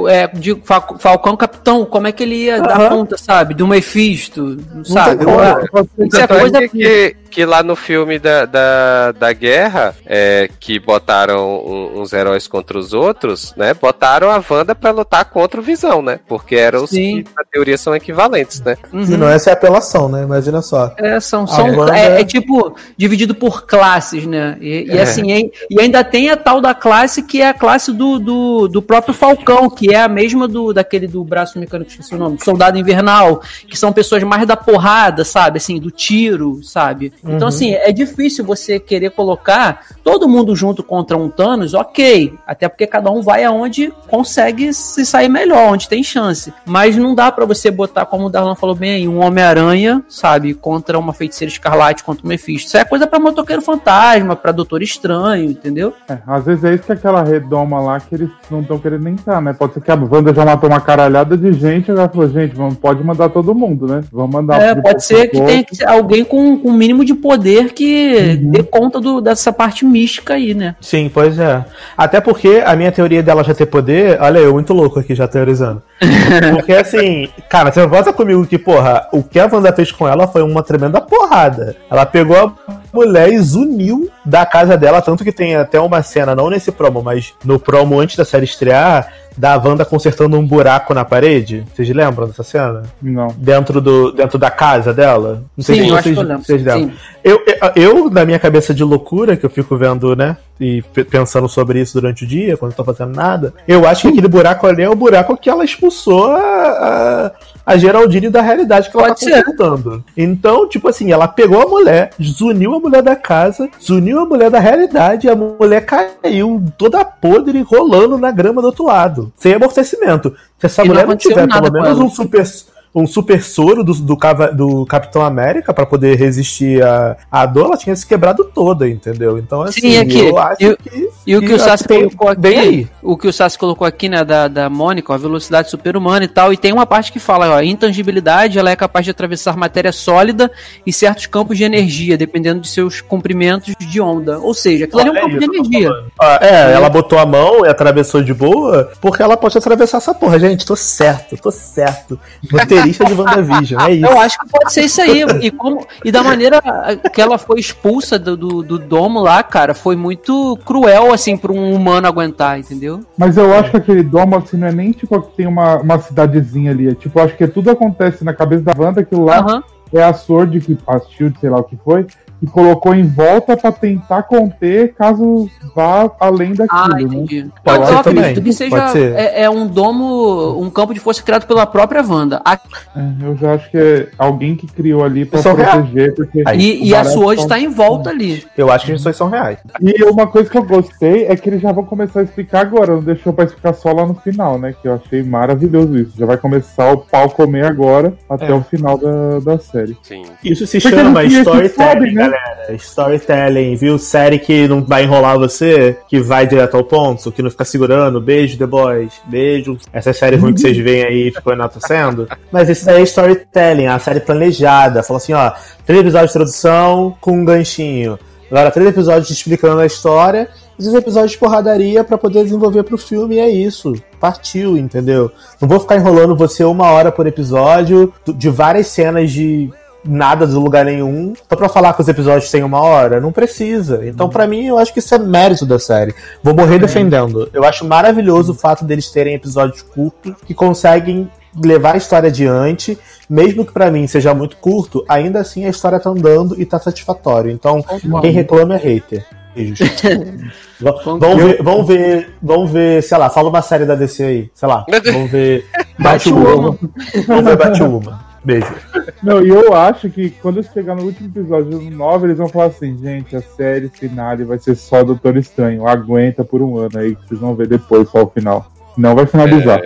Falcão Capitão, como é que ele ia dar conta, sabe? Do Mephisto, sabe? Isso é coisa que lá no filme da guerra, que botaram uns heróis contra os outros, né? Botaram a Wanda pra lutar contra o Visão, né? Porque eram os que, na teoria, são equivalentes, né? Senão essa é apelação, né? Imagina só. Wanda... tipo, dividido por classes, né? E assim, e ainda tem a tal da classe que é a classe do próprio Falcão, que é a mesma daquele do braço mecânico, esqueci o nome, Soldado Invernal, que são pessoas mais da porrada, sabe? Assim, do tiro, sabe? Então, assim, é difícil você querer colocar todo mundo junto contra um Thanos, ok. Até porque cada um vai aonde consegue se sair melhor, onde tem chance. Mas não dá pra você botar, como o Darlan falou bem aí, um Homem-Aranha, sabe? Contra uma Feiticeira Escarlate, contra o Mephisto. Isso é coisa pra Motoqueiro Fantasma, pra Doutor Estranho, entendeu? Às vezes é isso que aquela redoma lá que eles não estão querendo entrar, né? Pode ser que a Wanda já matou uma caralhada de gente e ela falou, gente, pode mandar todo mundo, né? Vamos mandar... pode ser que tenha alguém com um mínimo de poder que dê conta dessa parte mística aí, né? Sim, pois é. Até porque a minha teoria dela já ter poder, olha eu, muito louco aqui já teorizando. Porque assim, cara, você volta comigo que, porra, o que a Wanda fez com ela foi uma tremenda porrada. Ela pegou a mulher e zuniu da casa dela, tanto que tem até uma cena, não nesse promo, mas no promo antes da série estrear, da Wanda consertando um buraco na parede. Vocês lembram dessa cena? Não. Dentro da casa dela? Não sei se vocês lembram. Eu, na minha cabeça de loucura, que eu fico vendo, né, e pensando sobre isso durante o dia, quando eu tô fazendo nada, eu acho que aquele buraco ali é o buraco que ela expulsou a Geraldine da realidade que ela tá consertando. Então, tipo assim, ela pegou a mulher, zuniu a mulher da casa, zuniu a mulher da realidade, e a mulher caiu toda podre, rolando na grama do outro lado. Sem amortecimento. Se essa mulher não tiver pelo menos um super soro do Capitão América pra poder resistir à dor, ela tinha se quebrado toda, entendeu? Então, assim, sim, aqui. eu acho que... E o que o Sassi colocou bem aqui, aí. o que o Sassi colocou aqui, né, da Mônica, a velocidade super-humana e tal, e tem uma parte que fala, ó, intangibilidade, ela é capaz de atravessar matéria sólida e certos campos de energia, dependendo de seus comprimentos de onda. Ou seja, aquilo ali é um campo de energia. Ela botou a mão e atravessou de boa, porque ela pode atravessar essa porra. Gente, tô certo. Roteirista de WandaVision, é isso. Eu acho que pode ser isso aí. E da maneira que ela foi expulsa do domo lá, cara, foi muito cruel, assim, pra um humano aguentar, entendeu? Mas eu acho que aquele domo, assim, não é nem tipo que tem uma cidadezinha ali. É, tipo, eu acho que tudo acontece na cabeça da Wanda, aquilo lá é a Sword, a Shield, sei lá o que foi, que colocou em volta pra tentar conter caso vá além daquilo, entendi. né? Pode ser eu acredito também. que seja é um domo, um campo de força criado pela própria Wanda. Eu já acho que é alguém que criou ali pra proteger. Porque e a Sword está em volta ali. Eu acho que as pessoas são reais. E uma coisa que eu gostei é que eles já vão começar a explicar agora, não deixou pra explicar só lá no final, né? Que eu achei maravilhoso isso. Já vai começar o pau comer agora, até o final da série. Sim. Isso se Porque chama storytelling, né? galera. Storytelling, viu? Série que não vai enrolar você, que vai direto ao ponto, que não fica segurando. Beijo, The Boys. Beijo. Essa série ruim que vocês veem aí, ficou enaltecendo. Mas isso daí é storytelling, a série planejada. Fala assim, ó, 3 episódios de introdução com um ganchinho. Agora 3 episódios explicando a história, e 2 episódios de porradaria pra poder desenvolver pro filme, e é isso. Partiu, entendeu? Não vou ficar enrolando você 1 hora por episódio, de várias cenas de nada do lugar nenhum, só pra falar que os episódios têm 1 hora. Não precisa. Então, pra mim, eu acho que isso é mérito da série. Vou morrer defendendo. Eu acho maravilhoso o fato deles terem episódios curtos que conseguem levar a história adiante, mesmo que pra mim seja muito curto, ainda assim a história tá andando e tá satisfatório. Então, quem reclama é hater. Beijos. Vamos ver, sei lá, fala uma série da DC aí, sei lá, vamos ver Batwoman. Vamos ver Batwoman. Beijo. Não, e eu acho que quando chegar no último episódio 9, eles vão falar assim, gente, a série finale vai ser só Doutor Estranho, aguenta por 1 ano aí, que vocês vão ver depois só o final. Não vai finalizar.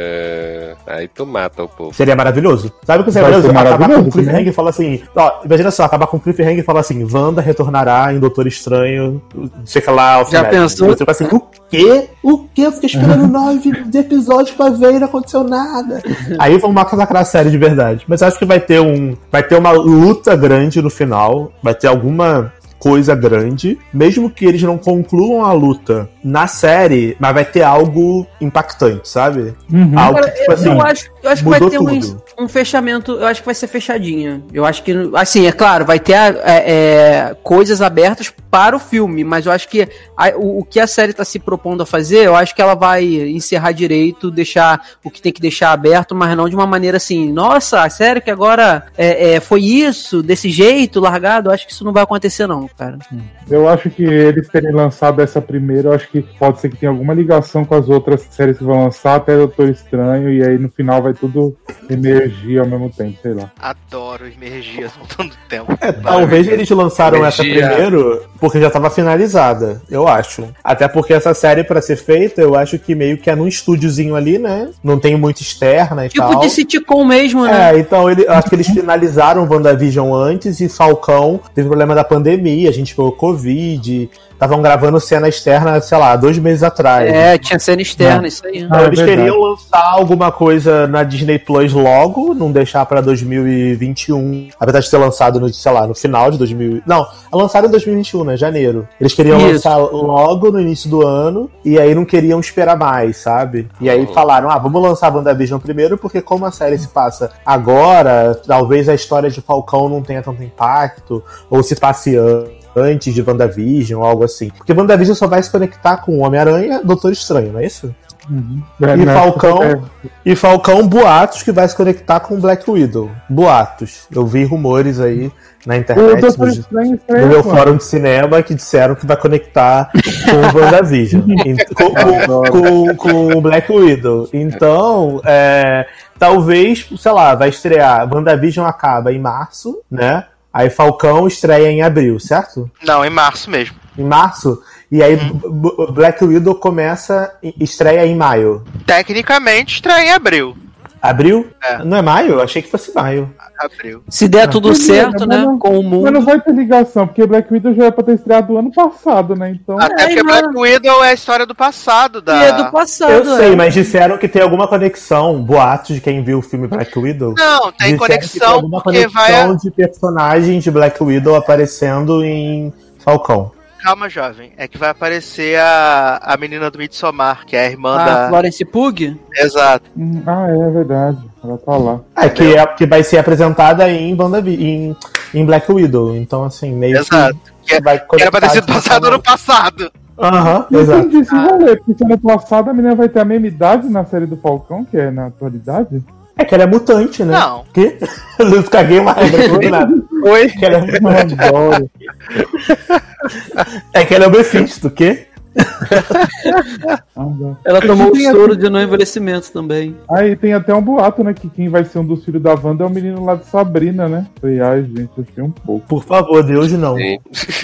Aí tu mata o povo. Seria maravilhoso. Sabe o que seria maravilhoso? Acabar com o cliffhanger e falar assim, ó, imagina só, acabar com o cliffhanger e falar assim, Wanda retornará em Doutor Estranho, chega lá ao final. Já pensou? Você fala assim, o quê? Eu fiquei esperando 9 episódios pra ver e não aconteceu nada. Aí vamos massacrar a série de verdade. Mas eu acho que vai ter uma luta grande no final, vai ter alguma coisa grande, mesmo que eles não concluam a luta na série, mas vai ter algo impactante, sabe? Algo que, tipo assim, eu acho que vai ter um fechamento, eu acho que vai ser fechadinha. Eu acho que, assim, é claro, vai ter coisas abertas para o filme, mas eu acho que o que a série tá se propondo a fazer, eu acho que ela vai encerrar direito, deixar o que tem que deixar aberto, mas não de uma maneira assim, nossa, sério que agora foi isso, desse jeito, largado, eu acho que isso não vai acontecer não, cara. Eu acho que eles terem lançado essa primeira, eu acho que pode ser que tenha alguma ligação com as outras séries que vão lançar, até Doutor Estranho, e aí no final vai tudo emergir ao mesmo tempo, sei lá. Adoro emergias voltando do tempo. Talvez eles lançaram essa primeiro porque já estava finalizada, eu acho. Até porque essa série, pra ser feita, eu acho que meio que é num estúdiozinho ali, né? Não tem muito externa e tal. Tipo de sitcom mesmo, né? Então acho que eles finalizaram WandaVision antes e Falcão teve problema da pandemia, a gente pegou Covid, estavam gravando cena externa, sei lá, 2 meses atrás. Tinha cena externa, isso aí. Então, eles queriam lançar alguma coisa na Disney Plus logo, não deixar pra 2021, apesar de ter lançado no final de 2000. Não, lançaram em 2021, né? Janeiro. Eles queriam lançar logo no início do ano, e aí não queriam esperar mais, sabe? E aí falaram, vamos lançar a WandaVision primeiro, porque como a série se passa agora, talvez a história de Falcão não tenha tanto impacto, ou se passe antes de WandaVision, ou algo assim. Porque WandaVision só vai se conectar com Homem-Aranha, Doutor Estranho, não é isso? E Falcão, boatos que vai se conectar com Black Widow. Boatos. Eu vi rumores aí na internet no meu fórum de cinema que disseram que vai conectar com o WandaVision. com o Black Widow. Então, talvez, sei lá, vai estrear. WandaVision acaba em março, né? Aí Falcão estreia em abril, certo? Não, em março mesmo. Em março? E aí Black Widow estreia em maio. Tecnicamente estreia em abril. Abril? É. Não é maio? Eu achei que fosse maio. Abril. Se der tudo certo, né? Não, Com o mundo. Mas não vai ter ligação, porque Black Widow já era pra ter estreado ano passado, né? Então. Até porque Black Widow é a história do passado. E é do passado. Eu sei, mas disseram que tem alguma conexão, boatos de quem viu o filme Black Widow. Não, tem Disseram conexão que tem alguma porque conexão de personagens de Black Widow aparecendo em Falcão. Calma, jovem. É que vai aparecer a menina do Midsommar, que é a irmã da... Florence Pugh? Exato. É verdade. Ela tá lá. Que vai ser apresentada em Black Widow. Então, assim, meio Exato. Que era pra ter sido passado ano passado. Aham, Eu exato. entendi esse rolê, porque ano passado a menina vai ter a mesma idade na série do Falcão, que é na atualidade. É que ela é mutante, né? Não. Que? Eu caguei uma regra do nada. Oi? Que ela é que ela é o Mephisto, o quê? Ela tomou o Tem soro até- de não envelhecimento também. Aí tem até um boato, né? Que quem vai ser um dos filhos da Wanda é o menino lá de Sabrina, né? Falei, ai, gente, assim um pouco. Por favor, Deus não. Sim.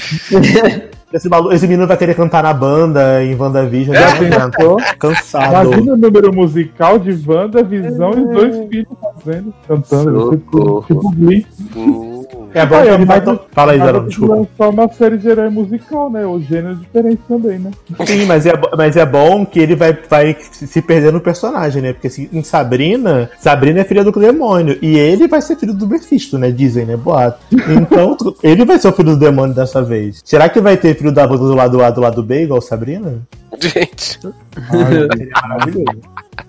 Esse menino vai querer cantar na banda em WandaVision. Já pensou? Cansado. Imagina o número musical de Wanda, Visão e os dois filhos fazendo, cantando. Socorro. Tipo Glee. É bom que ele vai Fala aí, Agora Zarão, tem que desculpa. lançar uma série de herói musical, né? O gênero é diferente também, né? Sim, mas é bom que ele vai se perder no personagem, né? Porque assim, em Sabrina é filha do demônio. E ele vai ser filho do Mephisto, né? Dizem, né? Boato. Então, ele vai ser o filho do demônio dessa vez. Será que vai ter filho da Wanda do lado A do lado B, igual Sabrina? Gente. Seria maravilhoso.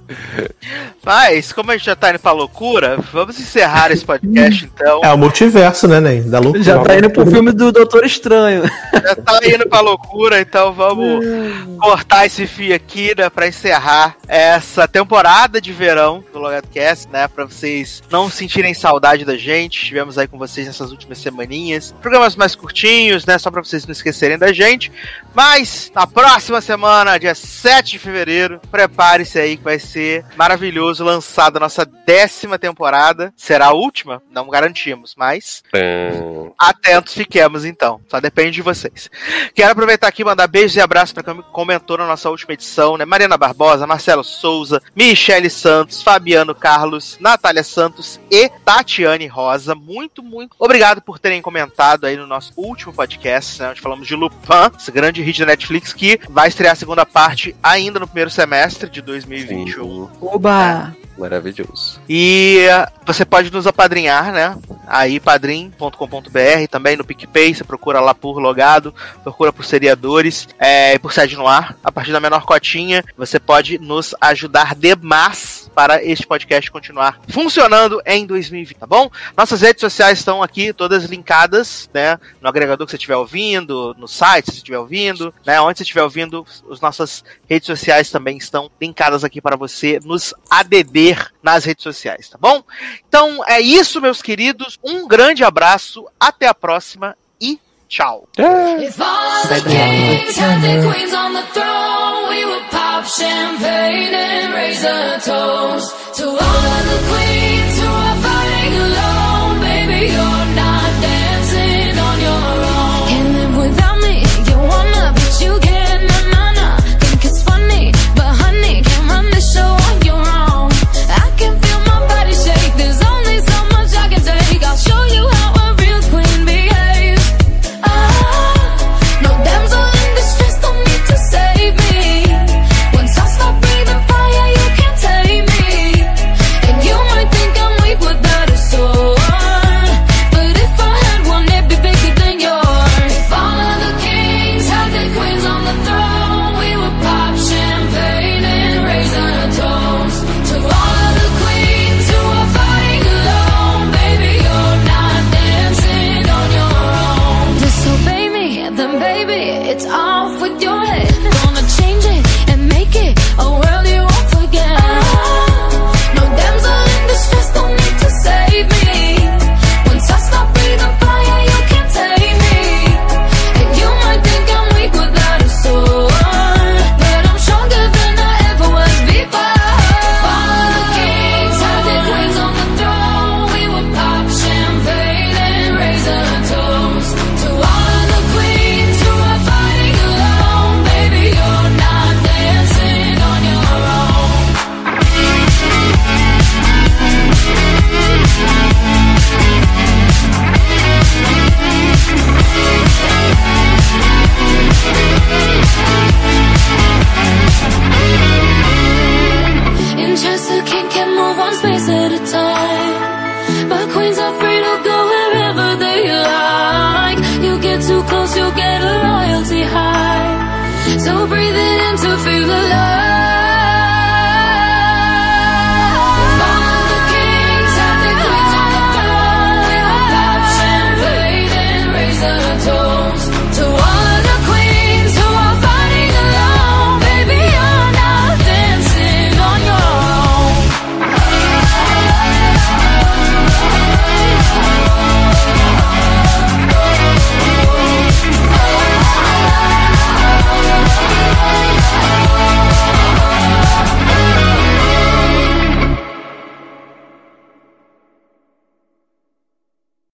Mas, como a gente já tá indo pra loucura, vamos encerrar esse podcast, então. É o multiverso, né, Ney? Da loucura. Já tá indo pro filme do Doutor Estranho. Já tá indo pra loucura, então vamos cortar esse fio aqui, né, pra encerrar essa temporada de verão do LogadoCast, né, pra vocês não sentirem saudade da gente. Estivemos aí com vocês nessas últimas semaninhas. Programas mais curtinhos, né, só pra vocês não esquecerem da gente. Mas, na próxima semana, dia 7 de fevereiro, prepare-se aí que vai ser maravilhoso, lançada a nossa 10ª temporada. Será a última? Não garantimos, mas atentos fiquemos então. Só depende de vocês. Quero aproveitar aqui e mandar beijos e abraços para quem comentou na nossa última edição, né? Mariana Barbosa, Marcelo Souza, Michele Santos, Fabiano Carlos, Natália Santos e Tatiane Rosa. Muito, muito obrigado por terem comentado aí no nosso último podcast, né? Onde falamos de Lupin, esse grande hit da Netflix que vai estrear a segunda parte ainda no primeiro semestre de 2021. Oba! Maravilhoso. E você pode nos apadrinhar, né? Aí, padrim.com.br, também no PicPay, você procura lá por Logado, procura por Seriadores, e por Sede no Ar. A partir da menor cotinha, você pode nos ajudar demais para este podcast continuar funcionando em 2020, tá bom? Nossas redes sociais estão aqui todas linkadas, né? No agregador que você estiver ouvindo, no site que você estiver ouvindo, né? Onde você estiver ouvindo, as nossas redes sociais também estão linkadas aqui para você nos ADD nas redes sociais, tá bom? Então é isso, meus queridos. Um grande abraço, até a próxima e tchau. If all the kings had their queens on the throne, we would pop champagne and raise a toast to all of the queens who are fighting alone. Baby, you're not dancing on your own. Can't live without me, you wanna, but you can't, na-na-na. Think it's funny, but honey, can't run the show on your own. I can feel my body shake, there's only so much I can take. I'll show you how a real queen behaves. No damsel in distress, don't need to save me. Once I stop breathing fire, you can't tame me. And you might think I'm weak without a sword, but So breathe it in to feel alive.